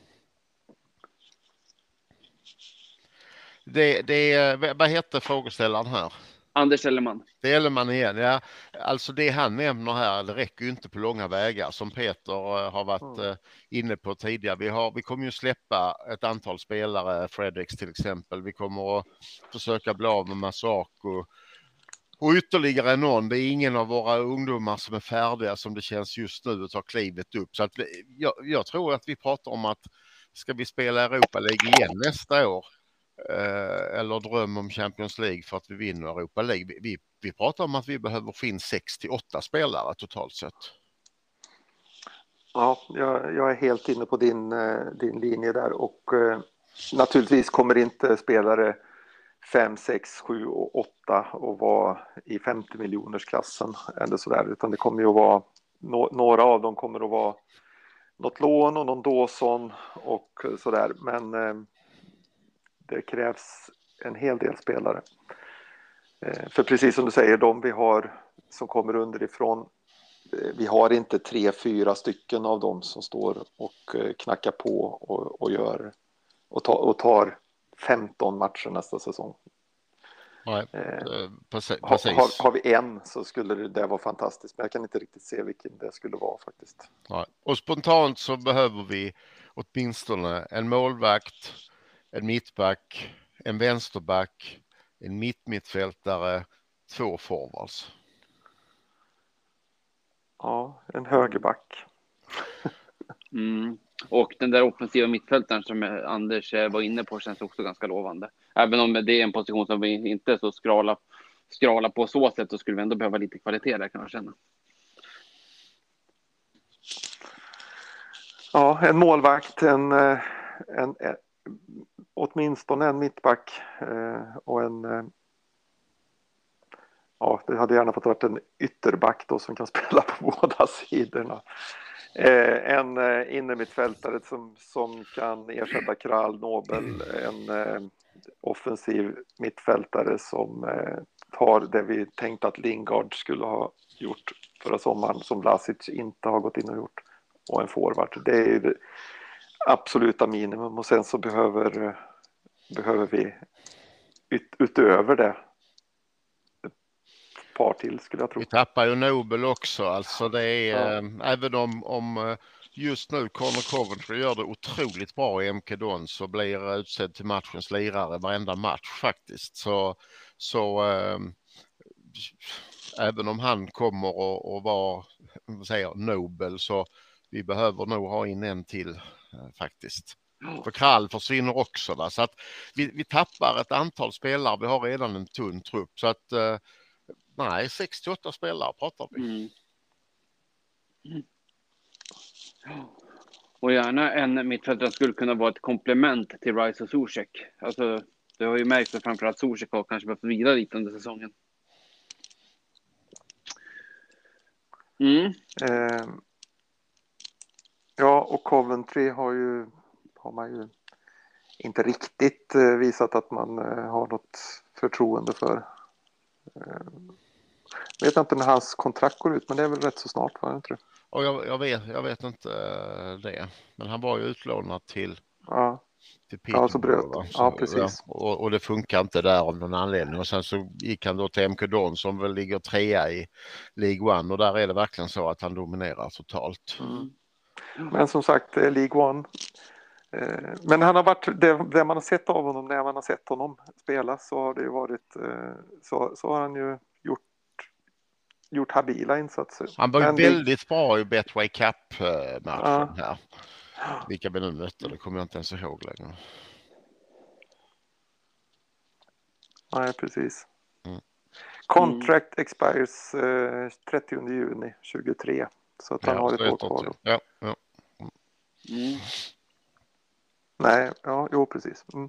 Det, det, vad heter frågeställaren här? Anders Ellerman. Det är Ellerman igen, ja. Alltså det han nämner här, det räcker ju inte på långa vägar som Peter har varit mm. inne på tidigare. Vi, har, vi kommer ju släppa ett antal spelare, Fredericks till exempel. Vi kommer att försöka bli av med Masako och ytterligare någon. Det är ingen av våra ungdomar som är färdiga som det känns just nu att ta klivet upp. Så att vi, jag, jag tror att vi pratar om att ska vi spela Europa League igen nästa år? Eller dröm om Champions League för att vi vinner Europa League. Vi, vi, vi pratar om att vi behöver få in sex till åtta spelare totalt sett. Ja, jag, jag är helt inne på din, din linje där och eh, naturligtvis kommer inte spelare fem, sex, sju och åtta att vara i femtio miljoners klassen eller sådär, utan det kommer ju att vara no, några av dem kommer att vara något lån och någon Dawson och sådär, men eh, det krävs en hel del spelare. Eh, för precis som du säger, de vi har som kommer underifrån, eh, vi har inte tre, fyra stycken av dem som står och eh, knackar på och, och gör och, ta, och tar femton matcher nästa säsong. Nej, eh, precis. Har, har, har vi en så skulle det, det vara fantastiskt, men jag kan inte riktigt se vilken det skulle vara faktiskt. Nej. Och spontant så behöver vi åtminstone en målvakt, en mittback, en vänsterback, en mittmittfältare, två forwards. Ja, en högerback. Mm. Och den där offensiva mittfältaren som Anders var inne på känns också ganska lovande. Även om det är en position som vi inte är så skrala, skrala på så sätt, så skulle vi ändå behöva lite kvalitet där, kan man känna. Ja, en målvakt, en, en, en åtminstone en mittback eh, och en eh, ja, det hade gärna fått varit en ytterback då som kan spela på båda sidorna. Eh, en eh, innermittfältare som, som kan ersätta Kral, Nobel, en eh, offensiv mittfältare som eh, tar det vi tänkte att Lingard skulle ha gjort förra sommaren, som Vlasic inte har gått in och gjort, och en forward. Det är ju det absoluta minimum, och sen så behöver, behöver vi ut, utöver det ett par till, skulle jag tro. Vi tappar ju Nobel också, alltså det är ja. äh, även om, om just nu Connor Coventry gör det otroligt bra i M K Dons så blir utsedd till matchens lirare varenda match faktiskt, så, så äh, även om han kommer att vara vad säger, Nobel, så vi behöver nog ha in en till äh, faktiskt. För Kral försvinner också, va? Så att vi, vi tappar ett antal spelare, vi har redan en tunn trupp, så att äh, nej, sex till åtta spelare pratar vi. Mm. Mm. Och gärna en mittfältare skulle kunna vara ett komplement till Rice och Zuzek. Alltså, det har ju märkt att framförallt Zuzek har kanske behövt vidare lite under säsongen. Mm. Eh, ja, och Coventry har ju har man ju inte riktigt eh, visat att man eh, har något förtroende för. Eh, vet inte när hans kontrakt går ut, men det är väl rätt så snart, var det inte det? Och jag, jag, vet, jag vet inte uh, det, men han var ju utlånad till, ja. till Peterborough. Ja, så bröt. Så, ja, precis. Ja, och, och det funkar inte där av någon anledning. Och sen så gick han då till M K Dons som väl ligger trea i League One, och där är det verkligen så att han dominerar totalt. Mm. Men som sagt, League One. Eh, men han har varit, det, det man har sett av honom, när man har sett honom spela, så har det ju varit, eh, så, så har han ju gjort gjort habila insatser. Han var ju men väldigt det... bra i Betway Cup-matchen ja. här. Vilka vi nu mötte, det kommer jag inte ens ihåg längre. Nej, precis. Mm. Contract mm. expires eh, trettionde juni tjugotre. Så att han ja, har ett år kvar. Ja, ja. Mm. Nej, ja, jo precis. Mm.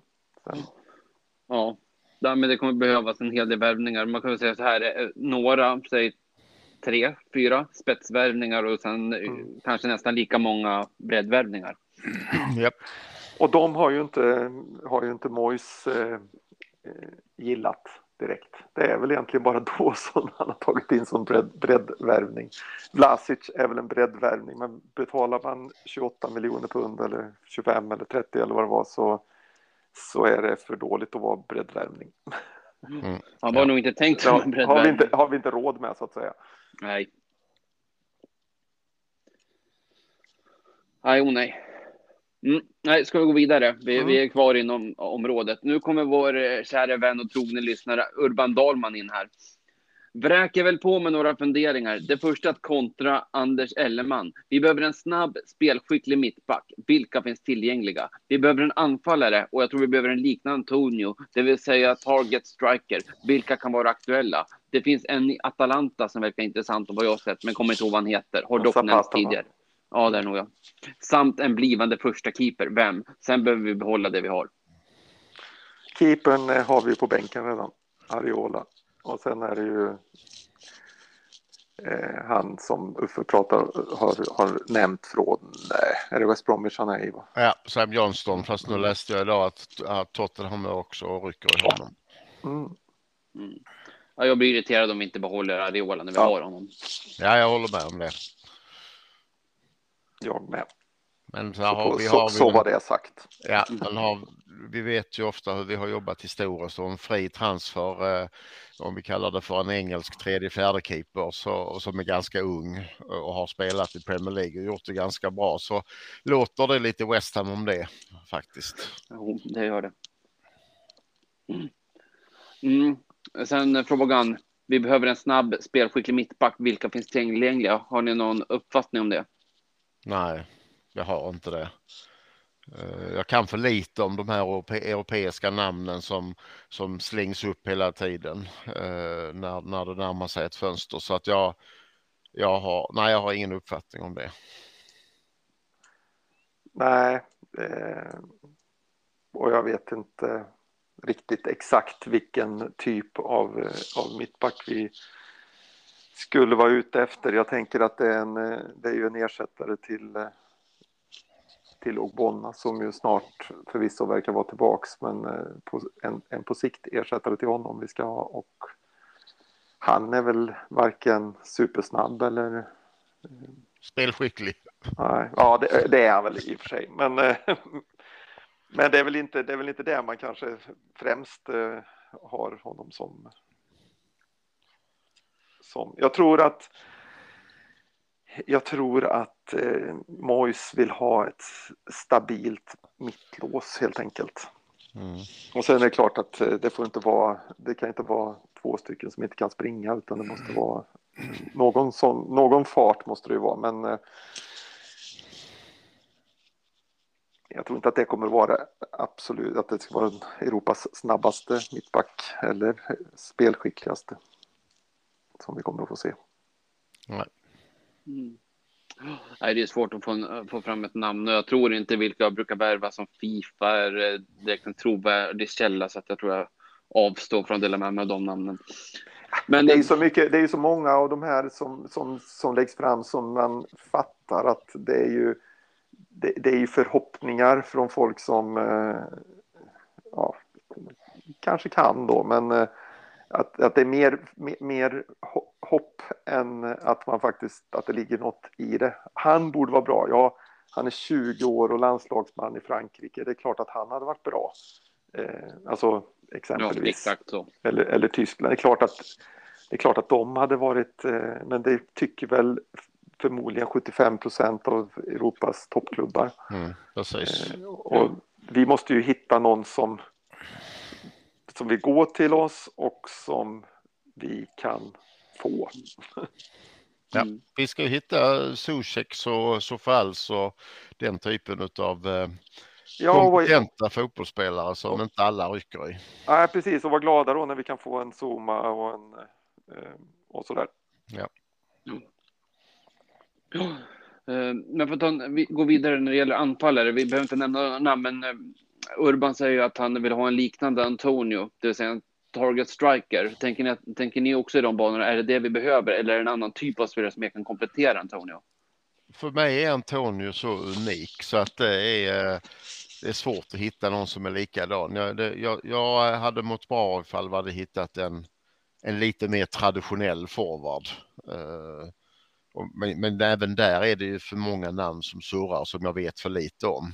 Ja, men det kommer behövas en hel del värvningar. Man kan väl säga så här, några, säg tre, fyra spetsvärvningar och sen mm. kanske nästan lika många breddvärvningar. Yep. Och de har ju inte, har ju inte Moyes eh, gillat direkt. Det är väl egentligen bara då som han har tagit in som bredd, breddvärvning. Vlasic är väl en breddvärvning, men betalar man tjugoåtta miljoner pund eller tjugofem eller trettio eller vad det var, så, så är det för dåligt att vara breddvärvning. Mm. Han var ja. nog inte tänkt som en breddvärvning. Har vi inte, har vi inte råd med, så att säga. Nej. Nej, oh nej. Mm. Nej, ska vi gå vidare? Vi, mm. vi är kvar inom området. Nu kommer vår kära vän och trogne lyssnare Urban Dahlman in här. Vräker väl på med några funderingar. Det första att kontra Anders Ellerman. Vi behöver en snabb, spelskicklig mittback. Vilka finns tillgängliga? Vi behöver en anfallare och jag tror vi behöver en liknande Antonio. Det vill säga target striker. Vilka kan vara aktuella? Det finns en i Atalanta som verkar intressant och vad jag har sett, men kommer inte ihåg vad han heter. Har dock nämnts tidigare. Ja, det är nog jag. Samt en blivande första keeper. Vem? Sen behöver vi behålla det vi har. Keepern har vi på bänken redan. Ariola. Och sen är det ju eh, han som Uffe pratar har, har nämnt från, nej, är det West Bromwich han är i, va? Ja, Sam Johnston, fast nu läste jag idag att, att Tottenham också rycker i honom. Mm. Mm. Ja, jag blir irriterad om vi inte behåller Ariola när vi ja. har honom. Ja, jag håller med om det. Jag med. Men så, så, har, vi så, har så var det sagt. Ja, men har, vi vet ju ofta hur vi har jobbat historiskt och en fri transfer, eh, om vi kallar det för en engelsk tredje fjärde keeper så, som är ganska ung och har spelat i Premier League och gjort det ganska bra, så låter det lite West Ham om det faktiskt. Jo, det gör det. Mm. Mm. Sen frågan, vi behöver en snabb spelskicklig mittback. Vilka finns tillgängliga? Har ni någon uppfattning om det? Nej, jag har inte det. Jag kan för lite om de här europeiska namnen som, som slängs upp hela tiden eh, när, när det närmar sig ett fönster. Så att jag, jag, har, nej, jag har ingen uppfattning om det. Nej, eh, och jag vet inte riktigt exakt vilken typ av, av mittback vi skulle vara ute efter. Jag tänker att det är, en, det är ju en ersättare till till Ogbonna som ju snart förvisso verkar vara tillbaks, men på, en, en på sikt ersättare till honom vi ska ha, och han är väl varken supersnabb eller spelskicklig. Nej, ja det, det är han väl i och för sig, men, men det är väl inte det är väl inte det man kanske främst har honom som som jag tror att Jag tror att eh, Moyes vill ha ett stabilt mittlås helt enkelt. Mm. Och sen är det klart att eh, det får inte vara, det kan inte vara två stycken som inte kan springa, utan det måste vara någon sån, någon fart måste det ju vara, men eh, jag tror inte att det kommer vara absolut att det ska vara Europas snabbaste mittback eller spelskickligaste som vi kommer att få se. Nej. Mm. Nej, det är svårt att få, få fram ett namn och jag tror inte vilka jag brukar värva som FIFA är direkt en trovärdig källa, så att jag tror jag avstår från att dela med mig av de namnen. Men det är så mycket, det är så många av de här som, som, som läggs fram som man fattar att det är ju det, det är ju förhoppningar från folk som eh, ja, kanske kan då, men eh, Att, att det är mer, mer, mer hopp än att man faktiskt att det ligger något i det. Han borde vara bra. Ja, han är tjugo år och landslagsman i Frankrike. Det är klart att han hade varit bra. Eh, alltså exempelvis. Ja, exakt så. Eller, eller Tyskland. Det är klart att det är klart att de hade varit. Eh, men det tycker väl förmodligen sjuttiofem procent av Europas toppklubbar. Mm, precis. Eh, och vi måste ju hitta någon som som vi går till oss och som vi kan få. Ja, vi ska hitta Zuzek och Sofals och den typen av eh, ja, kompetenta och... fotbollsspelare som ja. inte alla rycker i. Nej, precis, och var glada då när vi kan få en Zuma och en eh, och sådär. Ja. Mm. Uh, men för att ta, vi går vidare när det gäller anfallare. Vi behöver inte nämna namn, men uh, Urban säger ju att han vill ha en liknande Antonio, det vill säga en off-target striker. Tänker ni, tänker ni också i de banorna? Är det det vi behöver? Eller är det en annan typ av spelare som jag kan komplettera Antonio? För mig är Antonio så unik så att det är, det är svårt att hitta någon som är likadan. Jag, det, jag, jag hade mått bra ifall vi hade hittat en, en lite mer traditionell forward. Uh, och, men, men även där är det ju för många namn som surrar som jag vet för lite om.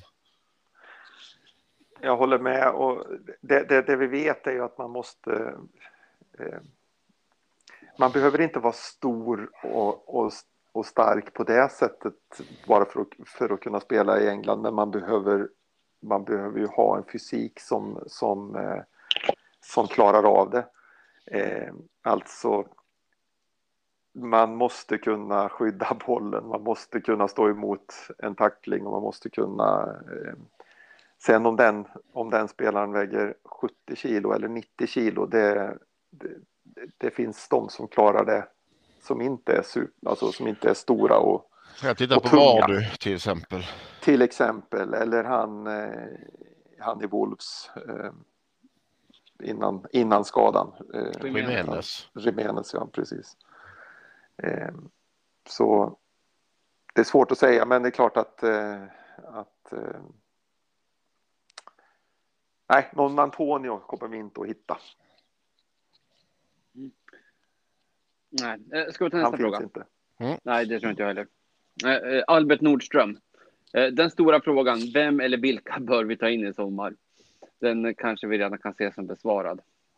Jag håller med, och det, det, det vi vet är ju att man måste eh, man behöver inte vara stor och, och, och stark på det sättet bara för att, för att kunna spela i England, men man behöver man behöver ju ha en fysik som, som, eh, som klarar av det. Eh, alltså man måste kunna skydda bollen, man måste kunna stå emot en tackling och man måste kunna eh, sen om den, om den spelaren väger sjuttio kilo eller nittio kilo, det, det, det finns de som klarar det som inte är, super, alltså som inte är stora och, jag tittar och på tunga. Vardy till exempel. Till exempel, eller han, eh, han i Wolves eh, innan, innan skadan. Eh, Jimenez. Jimenez, ja, precis. Eh, så det är svårt att säga, men det är klart att, eh, att eh, nej, någon Antonio kommer vi inte att hitta. Mm. Nej, ska vi ta nästa Han fråga? finns inte. Mm. Nej, det tror inte jag heller. Uh, Albert Nordström. Uh, den stora frågan, vem eller vilka bör vi ta in i sommar? Den kanske vi redan kan se som besvarad.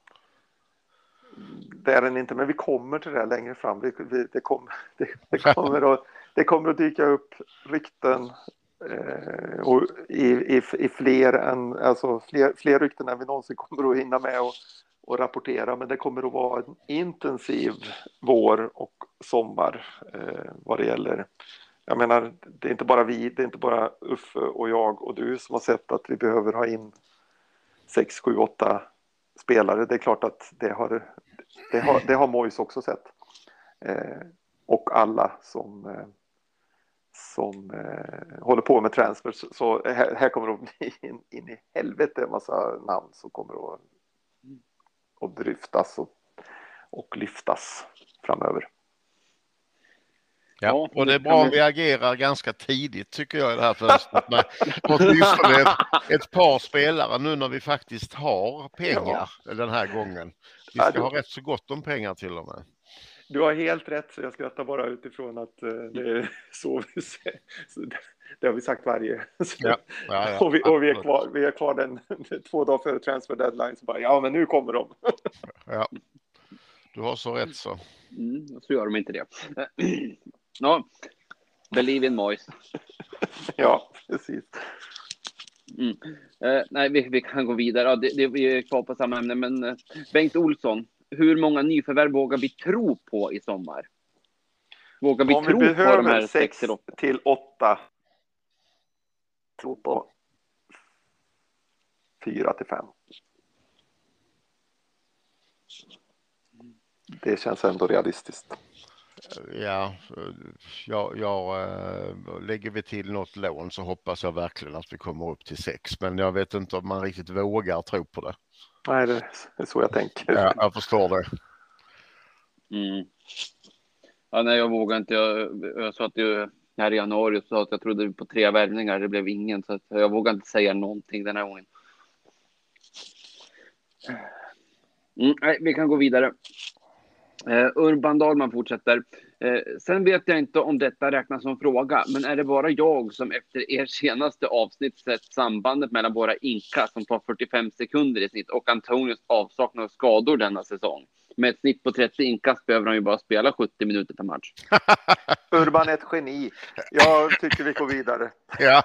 Det är den inte, men vi kommer till det längre fram. Vi, vi, det, kom, det, det, kommer att, det kommer att dyka upp rykten eh, och i, i, i fler, än, alltså fler, fler rykten än vi någonsin kommer att hinna med och, och rapportera. Men det kommer att vara en intensiv vår och sommar eh, vad det gäller. Jag menar, det är inte bara vi, det är inte bara Uffe och jag och du som har sett att vi behöver ha in sex, sju, åtta spelare. Det är klart att det har, det har, det har Mois också sett. Eh, och alla som, eh, som eh, håller på med transfers. Så här, här kommer det att bli in, in i helvete en massa namn som kommer att, att dryftas och, och lyftas framöver. Ja, och det är bra om vi agerar ganska tidigt tycker jag i det här fönstret med åtminstone ett, ett par spelare nu när vi faktiskt har pengar ja. Den här gången. Vi ska ja, du... ha rätt så gott om pengar till och med. Du har helt rätt, så jag skrattar bara utifrån att uh, det är så vi ser. Det har vi sagt varje. Ja, ja, ja, och vi, och vi, är kvar, vi är kvar den två dagar före transfer deadline så bara, ja men nu kommer de. Ja, du har så rätt så. Mm, så gör de inte det. Ja, believe in Mois. Ja, precis. Mm. Eh, nej, vi, vi kan gå vidare. Ja, det, det, vi är kvar på samma ämne, men eh, Bengt Olsson, hur många nyförvärv vågar vi tro på i sommar? Vågar vi Om tro vi på de här sex till åtta? Tro på fyra till fem. Det känns ändå realistiskt. Ja, jag, jag lägger vi till något lån så hoppas jag verkligen att vi kommer upp till sex. Men jag vet inte om man riktigt vågar tro på det. Nej, det är så jag tänker. Ja, jag förstår det. Mm. Ja, nej, jag vågar inte. Jag, jag sa att jag här i januari så att jag trodde på tre värvningar. Det blev ingen, så att jag vågar inte säga någonting den här gången. Mm, nej, vi kan gå vidare. Uh, Urban Dahlman fortsätter. Uh, sen vet jag inte om detta räknas som fråga, men är det bara jag som efter er senaste avsnitt sett sambandet mellan våra inkast som tar fyrtiofem sekunder i snitt och Antonios avsaknad av skador denna säsong? Med ett snitt på trettio inkast behöver han ju bara spela sjuttio minuter per match. Urban är ett geni. Jag tycker vi går vidare. Ja.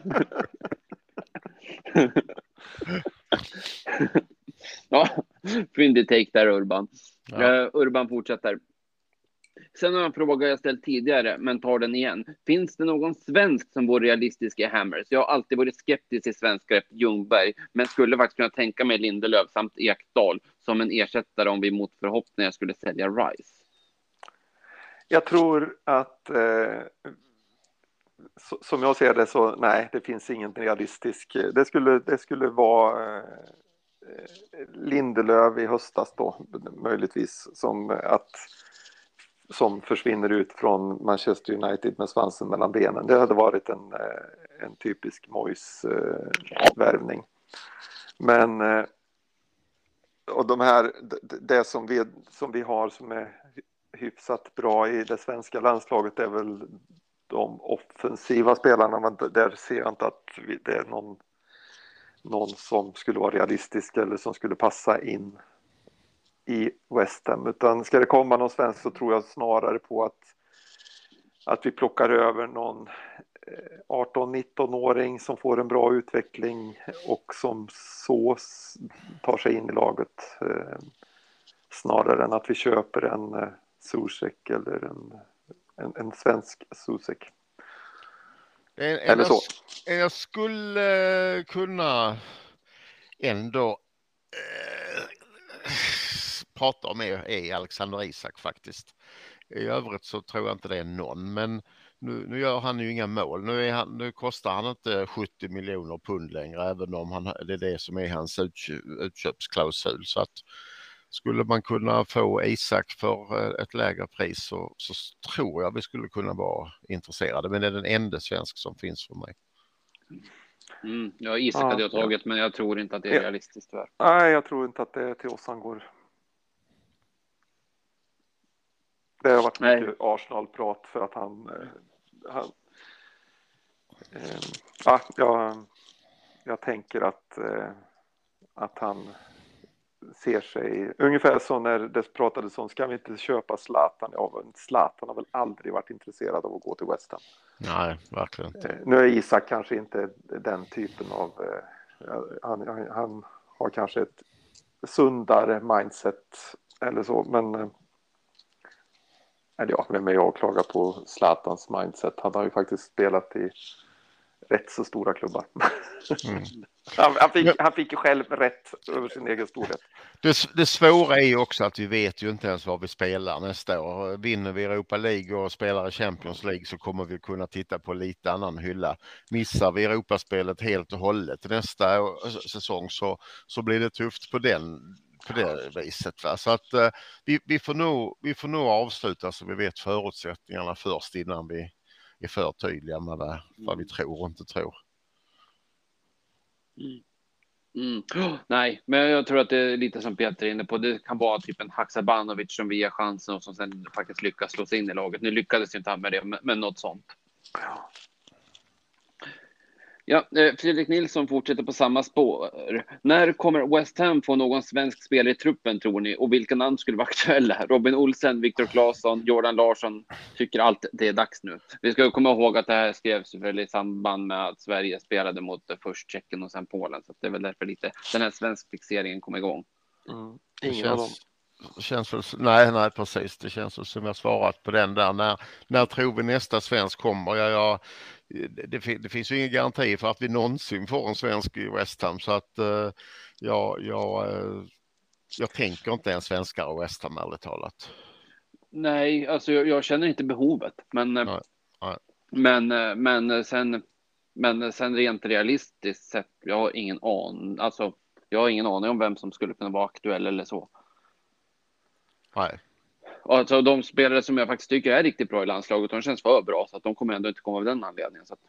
Ja, fyndig take där Urban. Ja. Uh, Urban fortsätter. Sen har jag en fråga jag ställt tidigare, men tar den igen. Finns det någon svensk som vore realistisk i Hammers? Jag har alltid varit skeptisk till svenskar efter Ljungberg, men skulle faktiskt kunna tänka mig Lindelöf samt Ekdal som en ersättare om vi mot förhoppningar skulle sälja Rice. Jag tror att eh, så, som jag ser det så nej, det finns ingen realistisk. Det skulle, det skulle vara eh, Lindelöf i höstas då, möjligtvis, som att som försvinner ut från Manchester United med svansen mellan benen. Det hade varit en, en typisk Moyes-värvning. Men och de här, det som vi, som vi har som är hyfsat bra i det svenska landslaget är väl de offensiva spelarna, men där ser jag inte att det är någon, någon som skulle vara realistisk eller som skulle passa in i West Ham, utan ska det komma någon svensk så tror jag snarare på att att vi plockar över någon arton-nitton-åring som får en bra utveckling och som så tar sig in i laget, snarare än att vi köper en Zuzek eller en, en, en svensk Zuzek. En, eller så. Jag, jag skulle kunna ändå eh, prata om är, är Alexander Isak faktiskt. I övrigt så tror jag inte det är någon, men nu, nu gör han ju inga mål. Nu, är han, nu kostar han inte sjuttio miljoner pund längre, även om han, det är det som är hans utköp, utköpsklausul. Så att skulle man kunna få Isak för ett lägre pris så, så tror jag vi skulle kunna vara intresserade. Men det är den enda svensk som finns för mig. Mm, ja, Isak ja, hade jag tagit, ja. men jag tror inte att det är ja. realistiskt tyvärr. Nej, jag tror inte att det är till oss han går. Det har varit mycket Arsenal-prat för att han... han eh, ja, jag, jag tänker att, eh, att han ser sig... Ungefär så när det pratades om, ska vi inte köpa Zlatan? Ja, Zlatan har väl aldrig varit intresserad av att gå till West Ham. Nej, verkligen inte. Eh, nu är Isak kanske inte den typen av... Eh, han, han, han har kanske ett sundare mindset eller så, men... Eh, Eller ja, vem är jag att klaga på Zlatans mindset? Han har ju faktiskt spelat i rätt så stora klubbar. Mm. han, han, fick, han fick ju själv rätt över sin egen storhet. Det, det svåra är ju också att vi vet ju inte ens vad vi spelar nästa år. Vinner vi Europa League och spelar i Champions League så kommer vi kunna titta på lite annan hylla. Missar vi Europaspelet helt och hållet nästa säsong så, så blir det tufft på den på det viset. Va? Så att uh, vi, vi, får nog, vi får nog avsluta så vi vet förutsättningarna först innan vi är för tydliga med vad, vad vi tror och inte tror. Mm. Mm. Oh, nej, men jag tror att det är lite som Peter är inne på. Det kan vara typ en Haksabanovic som vi ger chansen och som sen faktiskt lyckas slå sig in i laget. Nu lyckades inte han med det, men, men något sånt. Ja. Ja, Fredrik Nilsson fortsätter på samma spår. När kommer West Ham få någon svensk spelare i truppen tror ni? Och vilka namn skulle vara aktuella? Robin Olsen, Viktor Claesson, Jordan Larsson tycker allt det är dags nu. Vi ska komma ihåg att det här skrevs i samband med att Sverige spelade mot först Tjeckien och sen Polen. Så det är väl därför lite den här svensk fixeringen kom igång. Mm. Ingen av dem. Känns väl, nej, nej, precis. Det känns som jag svarat på den där. När, när tror vi nästa svensk kommer? Jag, jag, det, det finns ju ingen garanti för att vi någonsin får en svensk i West Ham. Så att uh, jag, jag, uh, jag tänker inte en svenskare i West Ham, ärligt talat. Nej, alltså jag, jag känner inte behovet. Men, nej, nej. men, men, sen, men sen rent realistiskt sett, jag har ingen aning. Alltså, jag har ingen aning om vem som skulle kunna vara aktuell eller så. Nej. Alltså de spelare som jag faktiskt tycker är riktigt bra i landslaget, de känns för bra så att de kommer ändå inte komma av den anledningen. Så att...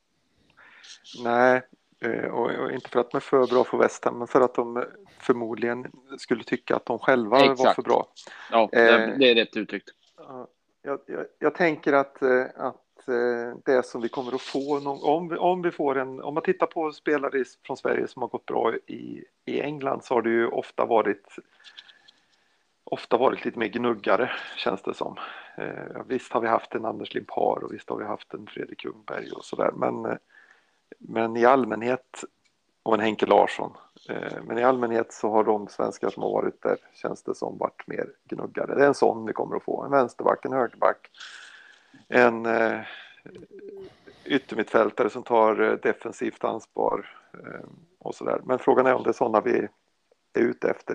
Nej, och, och inte för att de är för bra för West Ham, men för att de förmodligen skulle tycka att de själva Exakt. var för bra. Ja, det, det är rätt uttryckt. Jag, jag, jag tänker att, att det som vi kommer att få, någon, om, vi, om vi får en, om man tittar på spelare från Sverige som har gått bra i, i England så har det ju ofta varit ofta varit lite mer gnuggare, känns det som. Eh, visst har vi haft en Anders Limpar och visst har vi haft en Fredrik Ljungberg och sådär. Men, men i allmänhet, och en Henke Larsson, eh, men i allmänhet så har de svenskar som har varit där, känns det som, varit mer gnuggare. Det är en sån vi kommer att få. En vänsterback, en högerback, en eh, yttermittfältare som tar eh, defensivt ansvar eh, och sådär. Men frågan är om det är sådana vi är ute efter.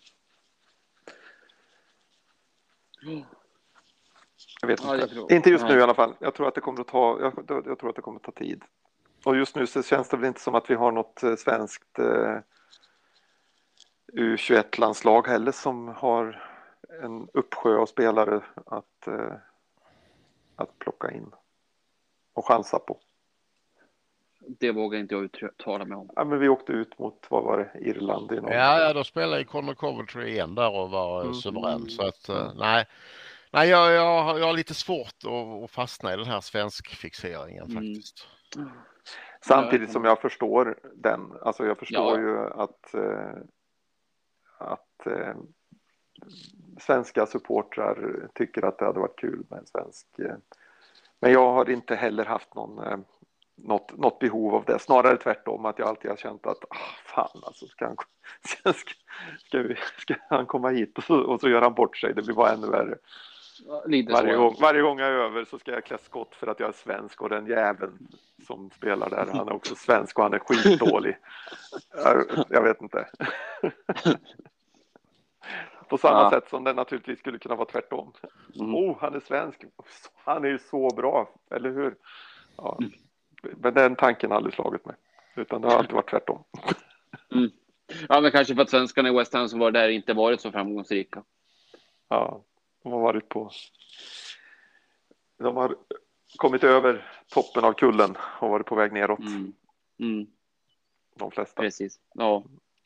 Jag vet inte. Ja, inte just nu i alla fall. Jag tror att det kommer att ta, jag, jag tror att det kommer att ta tid. Och just nu så känns det väl inte som att vi har något svenskt eh, U tjugoett-landslag heller som har en uppsjö av spelare att, eh, att plocka in och chansa på. Det vågar inte jag uttala mig om. Ja, men vi åkte ut mot, vad var det, Irland i någon... Ja, ja, då spelade ju Connor Coventry igen där och var mm. suverän. Så att, mm. nej, nej jag, jag, jag har lite svårt att, att fastna i den här svenskfixeringen mm. faktiskt. Samtidigt som jag förstår den. Alltså jag förstår ja. ju att, eh, att eh, svenska supportrar tycker att det hade varit kul med en svensk. Eh. Men jag har inte heller haft någon... Eh, Något, något behov av det, snarare tvärtom att jag alltid har känt att ah, fan alltså ska han, ska, ska, vi, ska han komma hit och så, och så gör han bort sig, det blir bara ännu värre. Ja, lite varje, så, gång, varje gång jag är över så ska jag klä skott för att jag är svensk och den jäveln som spelar där, han är också svensk och han är skitdålig. jag, jag vet inte. På samma ja. sätt som det naturligtvis skulle kunna vara tvärtom. Mm. Oh, han är svensk, han är ju så bra, eller hur? Ja. Mm. Men den tanken har aldrig slagit mig. Utan det har alltid varit tvärtom. Mm. Ja, men kanske för att svenskarna i West Ham som var där inte varit så framgångsrika. Ja, de har varit på... De har kommit över toppen av kullen och varit på väg neråt. Mm. Mm. De flesta. Precis, ja.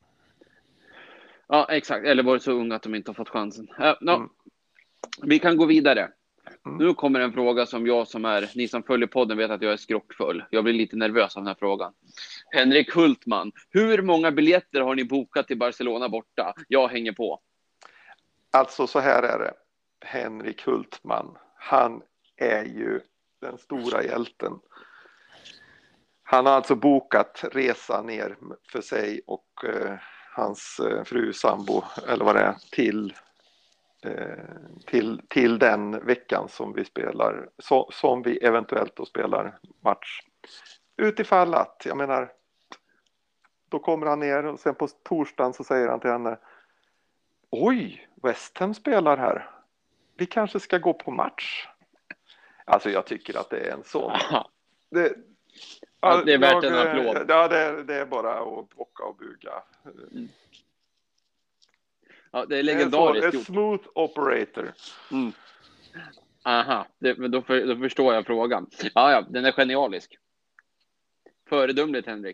Ja, exakt. Eller varit så unga att de inte har fått chansen. Ja, no. mm. Vi kan gå vidare. Mm. Nu kommer en fråga som jag som är, ni som följer podden vet att jag är skrockfull. Jag blir lite nervös av den här frågan. Henrik Hultman, hur många biljetter har ni bokat till Barcelona borta? Jag hänger på. Alltså så här är det. Henrik Hultman, han är ju den stora hjälten. Han har alltså bokat resa ner för sig och eh, hans eh, fru sambo, eller vad det är, till Till, till den veckan som vi spelar, så, som vi eventuellt då spelar match. Utifall att, jag menar, då kommer han ner och sen på torsdagen så säger han till henne: oj, West Ham spelar här. Vi kanske ska gå på match. Alltså jag tycker att det är en sån. Det, ja, det är värt jag, en applåd. Ja, det, det är bara att bocka och buga. Mm. Ja, det är legendariskt gjort. Smooth operator. Mm. Aha, det, men då, för, då förstår jag frågan. Ja, ja, den är genialisk. Föredömligt, Henrik.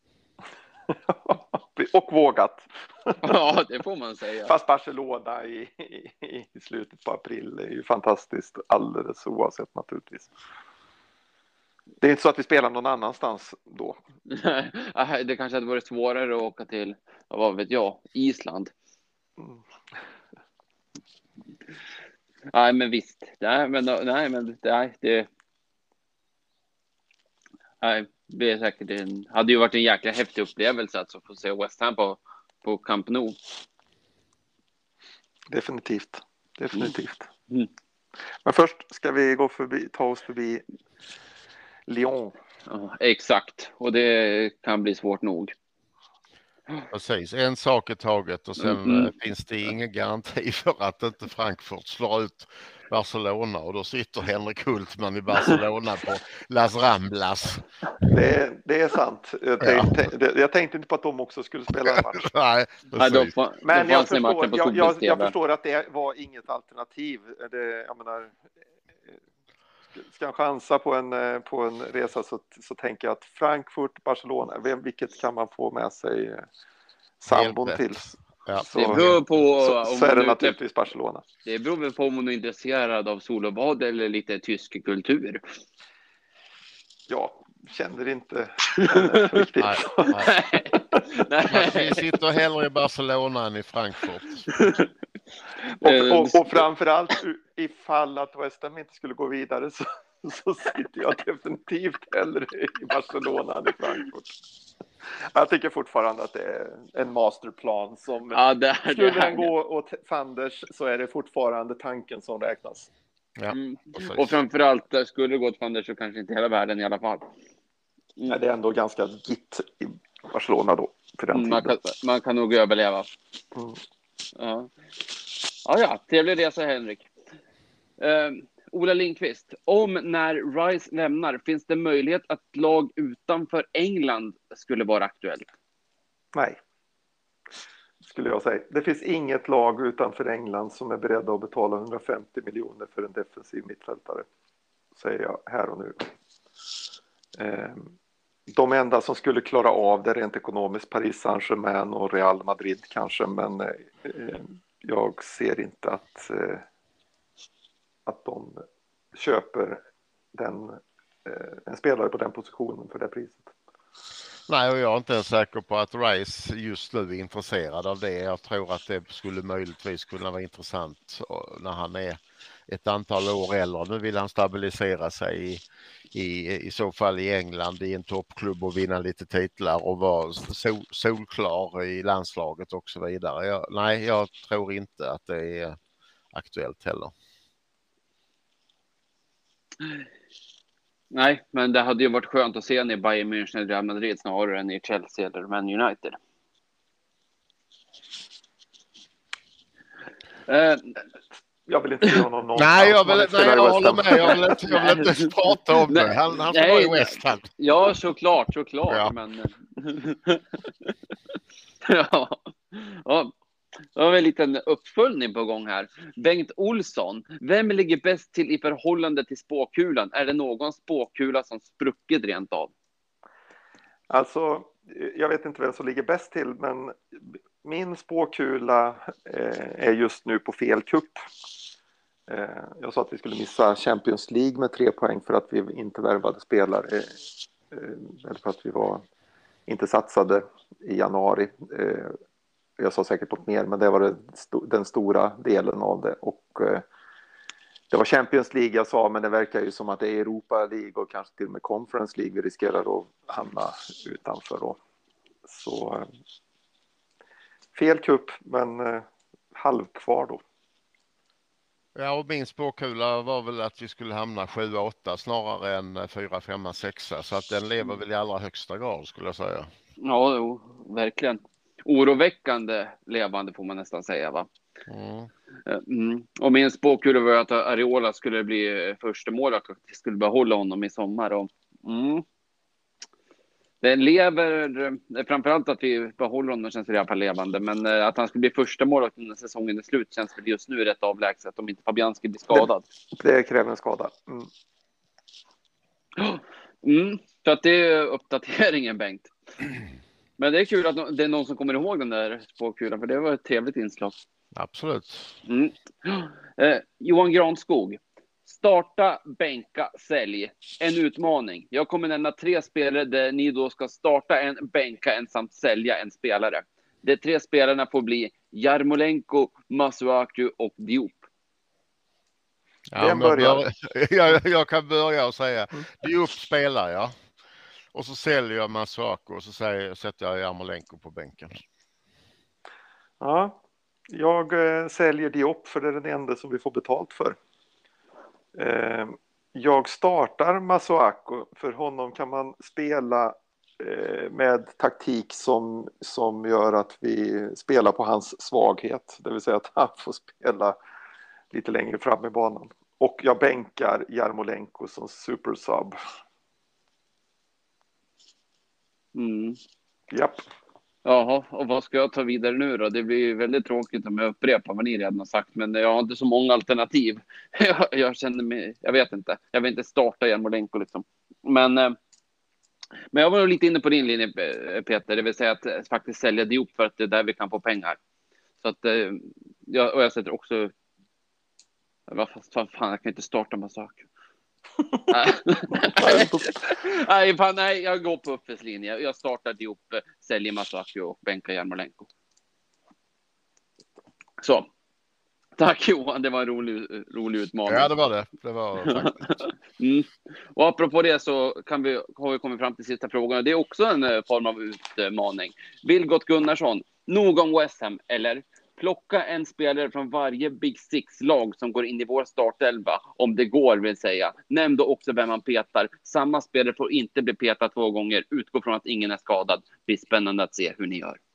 Och vågat. Ja, det får man säga. Fast Barcelona i, i, i slutet på april är ju fantastiskt, alldeles oavsett naturligtvis. Det är inte så att vi spelar någon annanstans då. Det kanske hade varit svårare att åka till, vad vet jag, Island. Mm. Nej, men visst. Nej, men nej, men nej, det. Nej, det är säkert en. Hade ju varit en jäkla häftig upplevelse att få se West Ham på på Camp Nou. Definitivt, definitivt. Mm. Mm. Men först ska vi gå förbi, ta oss förbi Lyon. Ja, exakt, och det kan bli svårt nog. Precis, en sak i taget och sen mm. finns det ingen garanti för att inte Frankfurt slår ut Barcelona och då sitter Henrik Hultman i Barcelona på Las Ramblas. Det, det är sant. Jag tänkte, ja. jag tänkte inte på att de också skulle spela en match. Nej, Nej, de, de, Men jag förstår, jag, jag, jag förstår att det var inget alternativ. Det, jag menar, ska jag chansa på en, på en resa så, så tänker jag att Frankfurt, Barcelona, vem, vilket kan man få med sig sambon till? Ja. Så, det beror på, så, så är det naturligtvis inte, Barcelona. Det beror väl på om man är intresserad av sol och bad eller lite tysk kultur. Ja, känner inte riktigt. Nej, nej. Nej. Vi sitter hellre i Barcelona än i Frankfurt. och, och, och framförallt ifall att West Ham inte skulle gå vidare så, så sitter jag definitivt hellre i Barcelona än i Frankfurt. Jag tycker fortfarande att det är en masterplan som ja, det är, skulle det den gå åt Fanders så är det fortfarande tanken som räknas. Ja, mm. Och framförallt skulle det gå åt Fanders så kanske inte hela världen i alla fall. Mm. Ja, det är ändå ganska gitt i Barcelona då. För den mm, man, kan, man kan nog överleva. Mm. Ja. Ja, ja, trevlig resa Henrik. Uh, Ola Lindqvist, om när Rice lämnar, finns det möjlighet att lag utanför England skulle vara aktuellt? Nej. skulle jag säga. Det finns inget lag utanför England som är beredda att betala hundrafemtio miljoner för en defensiv mittfältare. Säger jag här och nu. De enda som skulle klara av det rent ekonomiskt, Paris Saint-Germain och Real Madrid kanske, men jag ser inte att, att de köper den, en spelare på den positionen för det priset. Nej, och jag är inte ens säker på att Rice just nu är intresserad av det. Jag tror att det skulle möjligtvis kunna vara intressant när han är ett antal år äldre. Nu vill han stabilisera sig i, i, i så fall i England i en toppklubb och vinna lite titlar och vara sol, solklar i landslaget och så vidare. Jag, nej, jag tror inte att det är aktuellt heller. Nej, men det hade ju varit skönt att se en i Bayern München eller Real Madrid snarare än i Chelsea eller Man United. Eh, jag vill inte se honom någonstans. Nej, jag vill, nej, jag håller med. Jag vill inte, jag vill inte prata om det. Han, han får vara i West Ham. Ja, såklart, såklart. Ja. Men... ja. ja. Då har vi en liten uppföljning på gång här. Bengt Olsson. Vem ligger bäst till i förhållande till spåkulan? Är det någon spåkula som spruckit rent av? Alltså, jag vet inte vem som ligger bäst till, men min spåkula eh, är just nu på fel kupp. Eh, jag sa att vi skulle missa Champions League med tre poäng för att vi inte värvade spelare. Eh, eller för att vi var inte satsade i januari. Eh, jag sa säkert något mer, men det var det, den stora delen av det. Och eh, det var Champions League jag sa, men det verkar ju som att det är Europa League och kanske till och med Conference League vi riskerar att hamna utanför då. Så eh, fel kupp, men eh, halv kvar då. Ja, och min spåkula var väl att vi skulle hamna sju åtta snarare än fyra fem sex, så att den lever väl i allra högsta grad skulle jag säga. Ja, jo, verkligen. Oroväckande levande får man nästan säga, va? Mm. Mm. Och min spåkula var att Areola skulle bli första mål och att vi skulle behålla honom i sommar. Och, mm. Den lever, framförallt att vi behåller honom känns det i alla fall levande, men att han skulle bli första mål när säsongen är slut känns väl just nu rätt avlägset om inte Fabianski blir skadad. Det, det kräver en skada. Mm. Mm. Så att det är uppdateringen, Bengt. Men det är kul att det är någon som kommer ihåg den där spåkulan, för det var ett trevligt inslag. Absolut. Mm. Eh, Johan Granskog. Starta, bänka, sälj. En utmaning. Jag kommer nämna tre spelare där ni då ska starta en, bänka en samt sälja en spelare. De tre spelarna får bli Jarmolenko, Masuaku och Diop. Ja, jag, börjar, jag, jag kan börja och säga Diop spelar jag. Och så säljer jag Masuaku och så säger, sätter jag Jarmolenko på bänken. Ja, jag eh, säljer Diop för det är den enda som vi får betalt för. Eh, jag startar Masuaku, för honom kan man spela eh, med taktik som, som gör att vi spelar på hans svaghet. Det vill säga att han får spela lite längre fram i banan. Och jag bänkar Jarmolenko som super sub. Mm. Japp. Jaha, och vad ska jag ta vidare nu då? Det blir ju väldigt tråkigt om jag upprepar vad ni redan har sagt, men jag har inte så många alternativ. jag, jag känner mig, jag vet inte. Jag vill inte starta Jarmolenko liksom. Men, eh, men jag var nog lite inne på din linje, Peter. Det vill säga att eh, faktiskt sälja Diop för att det är där vi kan få pengar. Så att, eh, jag, och jag sätter också... Vad fan, jag kan inte starta Masuaku. nej, fan, nej, jag går på Uffes linje. Jag startar Diop, säljer Masuaku och bänkar Jarmolenko. Så. Tack Johan, det var en rolig, rolig utmaning. Ja, det var det. Det var faktiskt. mm. Och apropå det så kan vi, har vi kommit fram till sista frågan. Det är också en form av utmaning. Vilgot Gunnarsson, nog om West Ham, eller? Plocka en spelare från varje Big Six-lag som går in i vår startelva, om det går vill säga. Nämn då också vem man petar. Samma spelare får inte bli petad två gånger. Utgå från att ingen är skadad. Det blir spännande att se hur ni gör.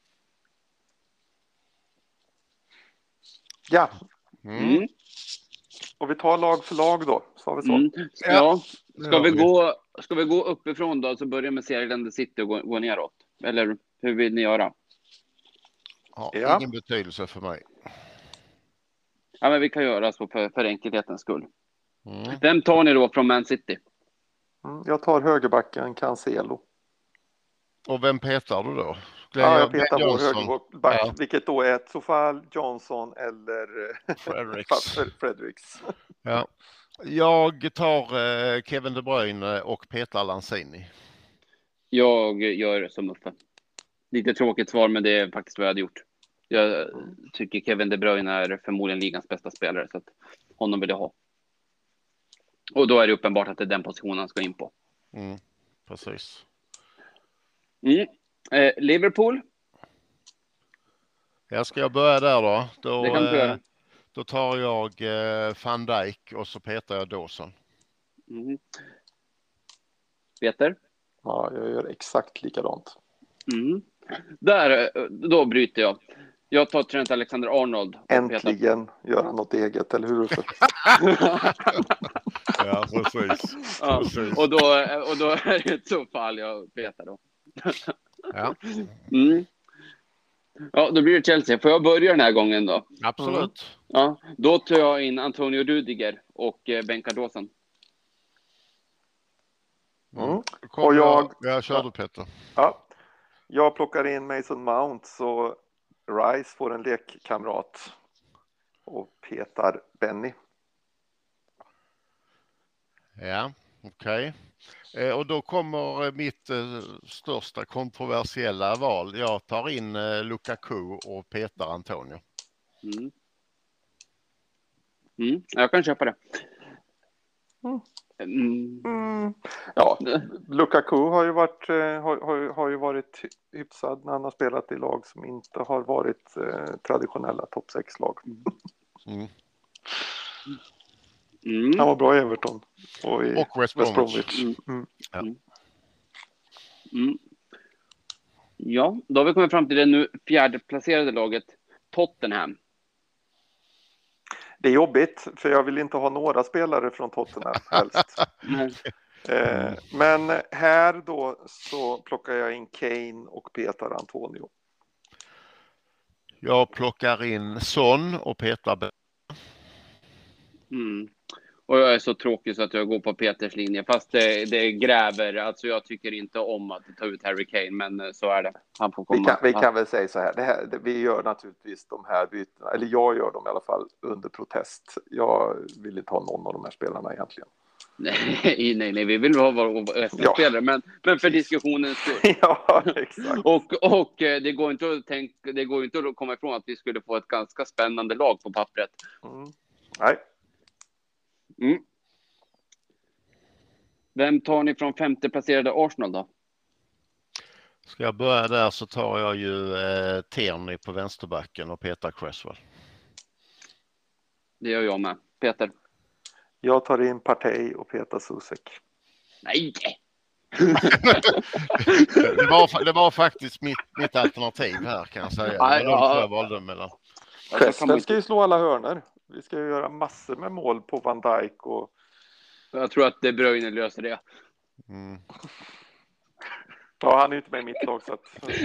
Ja. Mm. Mm. Och vi tar lag för lag då, sa vi så. Mm. Ja. Ska vi gå, ska vi gå uppifrån då, så börja med serieländer City och gå, gå neråt? Eller hur vill ni göra? har Ja. ingen betydelse för mig. Ja, men vi kan göra så för, för enkelhetens skull. Mm. Vem tar ni då från Man City? Mm, jag tar högerbacken Cancelo. Och vem petar du då? Ja, jag petar Ben vår Johnson. högerback, Ja. vilket då är Sofal, Johnson eller Fredericks. Fredericks. Ja. Jag tar eh, Kevin De Bruyne och petar Lanzini. Jag gör som Uffe. Lite tråkigt svar, men det är faktiskt vad jag hade gjort. Jag tycker Kevin De Bruyne är förmodligen ligans bästa spelare, så att honom vill jag ha. Och då är det uppenbart att det är den positionen han ska in på. Mm, precis. Mm. Eh, Liverpool. Jag ska jag börja där då. Då, Det kan du eh, göra. då tar jag eh, Van Dijk och så petar jag Dawson. Mm. Peter. Ja, jag gör exakt likadant. Mm. Där, eh, då bryter jag. Jag tar Trent Alexander-Arnold. och Äntligen petar. Göra något eget, eller hur? Ja, precis. Ja, precis. och, då, och då är det ett så fall jag petar då. Ja, Mm. Ja, då blir det Chelsea. Får jag börja den här gången då? absolut. Ja, då tar jag in Antonio Rudiger och eh, bänkar Dawson. Mm. Mm. Kom Och jag- jag, jag kör du Peter. Ja. Jag plockar in Mason Mount så Rice får en lekkamrat och petar Benny. Ja, okej. Eh, och då kommer eh, mitt eh, största kontroversiella val. Jag tar in eh, Lukaku och petar Antonio. Mm. Mm, jag kan köpa det. Mm. Mm. Mm. Ja, Lukaku har ju varit eh, har, har, har ju varit hyfsad när han har spelat i lag som inte har varit eh, traditionella topp sex lag. Mm. Mm. Han var bra i Everton och i Och West West Bromwich. Bromwich. Mm. Mm. Ja. Mm. Mm. Ja, då har vi kommit fram till det nu fjärde placerade laget Tottenham. Det är jobbigt för jag vill inte ha några spelare från Tottenham helst. Mm. Eh, men här då så plockar jag in Kane och petar Antonio. Jag plockar in Son och petar Ben. Mm. Och jag är så tråkig så att jag går på Peters linje. Fast det, det gräver. Alltså jag tycker inte om att ta ut Harry Kane. Men så är det. Han får komma. Vi kan, vi kan väl säga så här, det här det, vi gör naturligtvis de här bytena, eller jag gör dem i alla fall under protest. Jag vill inte ha någon av de här spelarna egentligen. Nej, nej, nej. Vi vill ha våra Ja. spelare. Men, men för diskussionens skull. Ja, exakt. Och, och eh, det går inte att tänka, det går inte att komma ifrån att vi skulle få ett ganska spännande lag på pappret. Mm. Nej. Mm. Vem tar ni från femte placerade Arsenal då? Ska jag börja där så tar jag ju eh, Tierney på vänsterbacken och petar Cresswell. Det gör jag med. Peter? Jag tar in Partey och petar Susek. Nej! det, var, det var faktiskt mitt, mitt alternativ här kan jag säga. Aj, Det var de ja. två jag valde mellan. Cresswell ska ju slå alla hörnor. Vi ska ju göra massor med mål på Van Dijk och... Jag tror att De Bruyne löser det. Mm. Ja, han är ju inte med i mitt lag så att...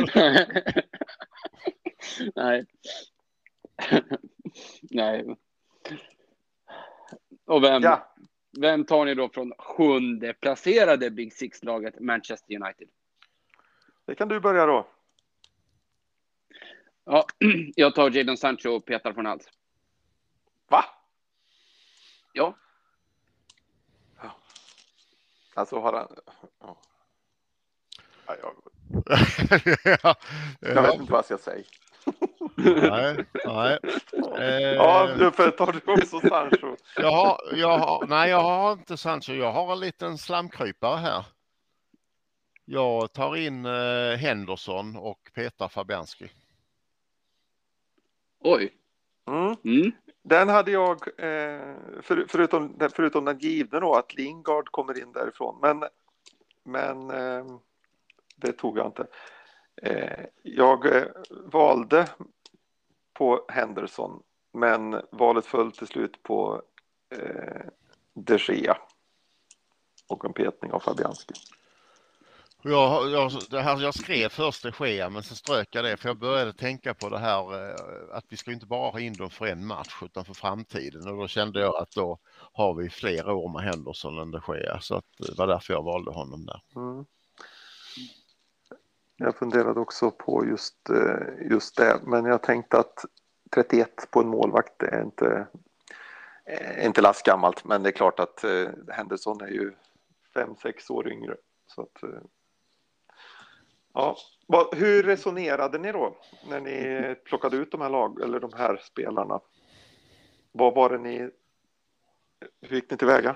Nej. Nej. Och vem, Ja. vem tar ni då från sjunde placerade Big Six-laget Manchester United? Det kan du börja då. Ja, jag tar Jadon Sancho och petar från allt. Va? Ja. Alltså har han... Ja. Ja, jag... ja, jag vet inte vad jag ska säga. nej, nej. Eh, Ja, du tar du också Sancho. Jag har, jag har, nej, jag har inte Sancho. Jag har en liten slamkrypare här. Jag tar in eh, Henderson och petar Fabianski. Oj. Mm. Mm. Den hade jag, eh, för, förutom, förutom den givna då, att Lingard kommer in därifrån. Men, men eh, det tog jag inte. Eh, jag eh, valde på Henderson, men valet föll till slut på eh, De Gea och en petning av Fabianski. Jag, jag, det här, jag skrev först det Gea, men sen strök jag det för jag började tänka på det här eh, att vi ska inte bara ha in dem för en match utan för framtiden, och då kände jag att då har vi fler år med Henderson än det Gea, så att det var därför jag valde honom där. Mm. Jag funderade också på just, eh, just det, men jag tänkte att trettioett på en målvakt är inte, är inte lastgammalt, men det är klart att eh, Henderson är ju fem sex år yngre. Så att, eh, ja. Vad, hur resonerade ni då när ni plockade ut de här lag eller de här spelarna? Vad var det ni, hur gick ni tillväga?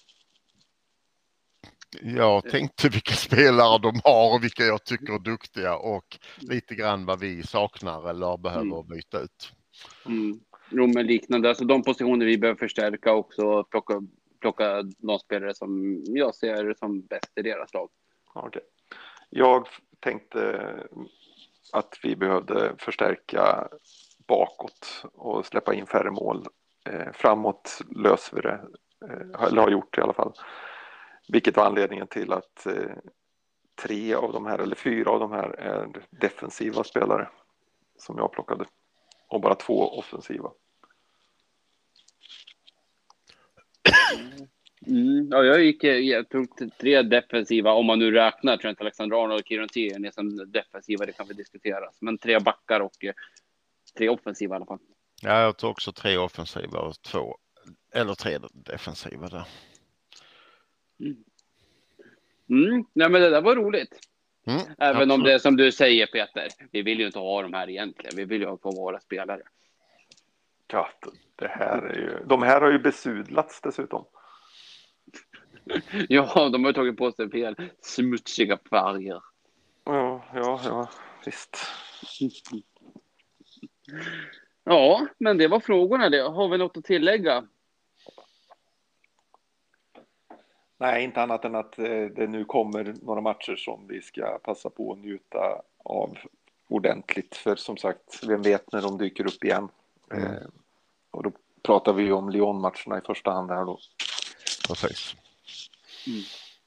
Jag tänkte vilka spelare de har och vilka jag tycker är duktiga och lite grann vad vi saknar eller behöver Mm. byta ut. Mm. Jo, men liknande. Alltså de positioner vi behöver förstärka också, plocka, plocka de spelare som jag ser som bäst i deras lag. Okay. Jag tänkte att vi behövde förstärka bakåt och släppa in färre mål. Eh, framåt löser vi det, eh, eller har gjort det i alla fall. Vilket var anledningen till att eh, tre av de här, eller fyra av de här är defensiva spelare som jag plockade. Och bara två offensiva. Mm. Ja, jag gick, jag tog tre defensiva, om man nu räknar Trent Alexander-Arnold och Kieran Tierney som defensiva, det kan vi diskuteras. Men tre backar och eh, tre offensiva i alla fall. Ja, jag tog också tre offensiva och två, eller tre defensiva där. Mm. Mm. Nej, men det där var roligt. Mm, Även absolut. om det är som du säger, Peter, vi vill ju inte ha de här egentligen. Vi vill ju ha på våra spelare. Ja, det här är ju, de här har ju besudlats dessutom. Ja, de har tagit på sig fel smutsiga färger. Ja, ja, ja, visst. Ja, men det var frågorna det. Har vi något att tillägga? Nej, inte annat än att eh, det nu kommer några matcher som vi ska passa på att njuta av ordentligt. För som sagt, vem vet när de dyker upp igen. Mm. Eh, och då pratar vi ju om Lyon-matcherna i första hand här då. Precis. Mm.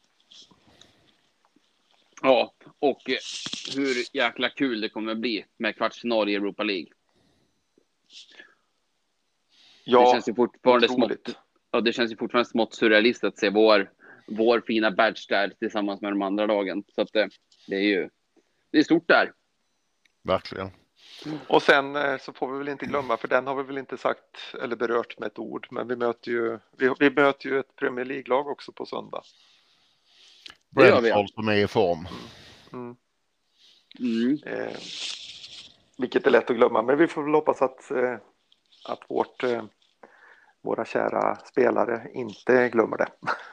Ja, och eh, hur jäkla kul det kommer att bli med kvartsfinal i Europa League. Ja, det känns ju fortfarande otroligt. smått, ja, det känns ju fortfarande smått surrealistiskt att se vår, vår fina badge där tillsammans med de andra lagen. Så att det, det är ju det är stort där. Verkligen. Och sen eh, så får vi väl inte glömma, för den har vi väl inte sagt eller berört med ett ord, men vi möter ju, vi, vi möter ju ett Premier League-lag också på söndag. Det gör vi, Brentford som är i form. Mm. Mm. Eh, vilket är lätt att glömma, men vi får väl hoppas att, eh, att vårt, eh, våra kära spelare inte glömmer det.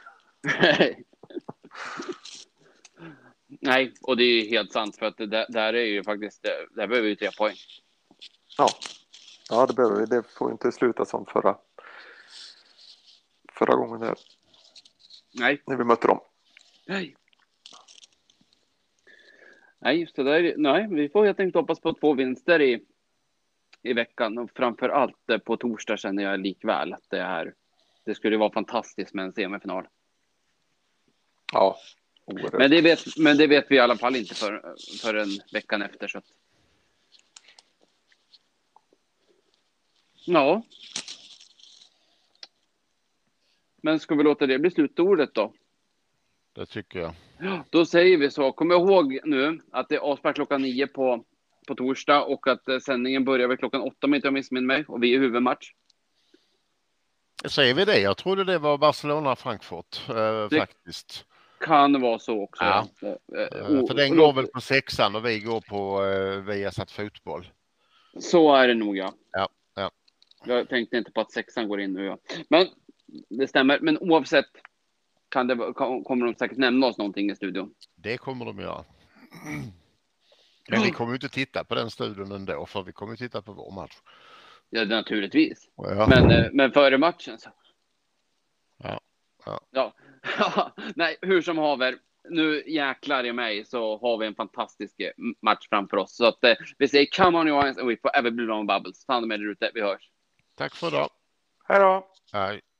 Nej, och det är ju helt sant, för att det där, där är ju faktiskt, det, där behöver vi ju tre poäng. Ja, ja det behöver vi. Det får inte sluta som förra, förra gången där, Nej. när vi mötte dem. Nej. Nej, så där, nej, vi får helt enkelt hoppas på två vinster i, i veckan. Och framför allt på torsdag känner jag likväl att det är, det skulle vara fantastiskt med en semifinal. Ja, oerhört. Men det vet, men det vet vi i alla fall inte för, för en veckan efter. Så att... Ja. Men ska vi låta det bli slutordet då? Det tycker jag. Ja, då säger vi så. Kom ihåg nu att det är avspark klockan nio på, på torsdag och att eh, sändningen börjar väl klockan åtta om inte jag missminner mig, och vi är huvudmatch. Säger vi det? Jag trodde det var Barcelona-Frankfurt eh, Det- faktiskt. Kan vara så också. Ja. Eh, Eh, o- för den och går låt- väl på sexan och vi går på eh, Viasat fotboll. Så är det nog, ja. Ja, ja. Jag tänkte inte på att sexan går in nu, ja. Men det stämmer. Men oavsett kan det, kan, kommer de säkert nämna oss någonting i studion. Det kommer de göra. Men vi kommer ju inte titta på den studion ändå, för vi kommer ju titta på vår match. Ja, naturligtvis. Ja. Men, eh, men före matchen så. Ja, ja. Ja. Nej, hur som haver. Nu jäklar i mig så har vi en fantastisk eh, match framför oss. Så att eh, vi säger come on your eyes and we forever be long bubbles. Ta hand om er där ute. Vi hörs. Tack för idag. Hej då! Hej.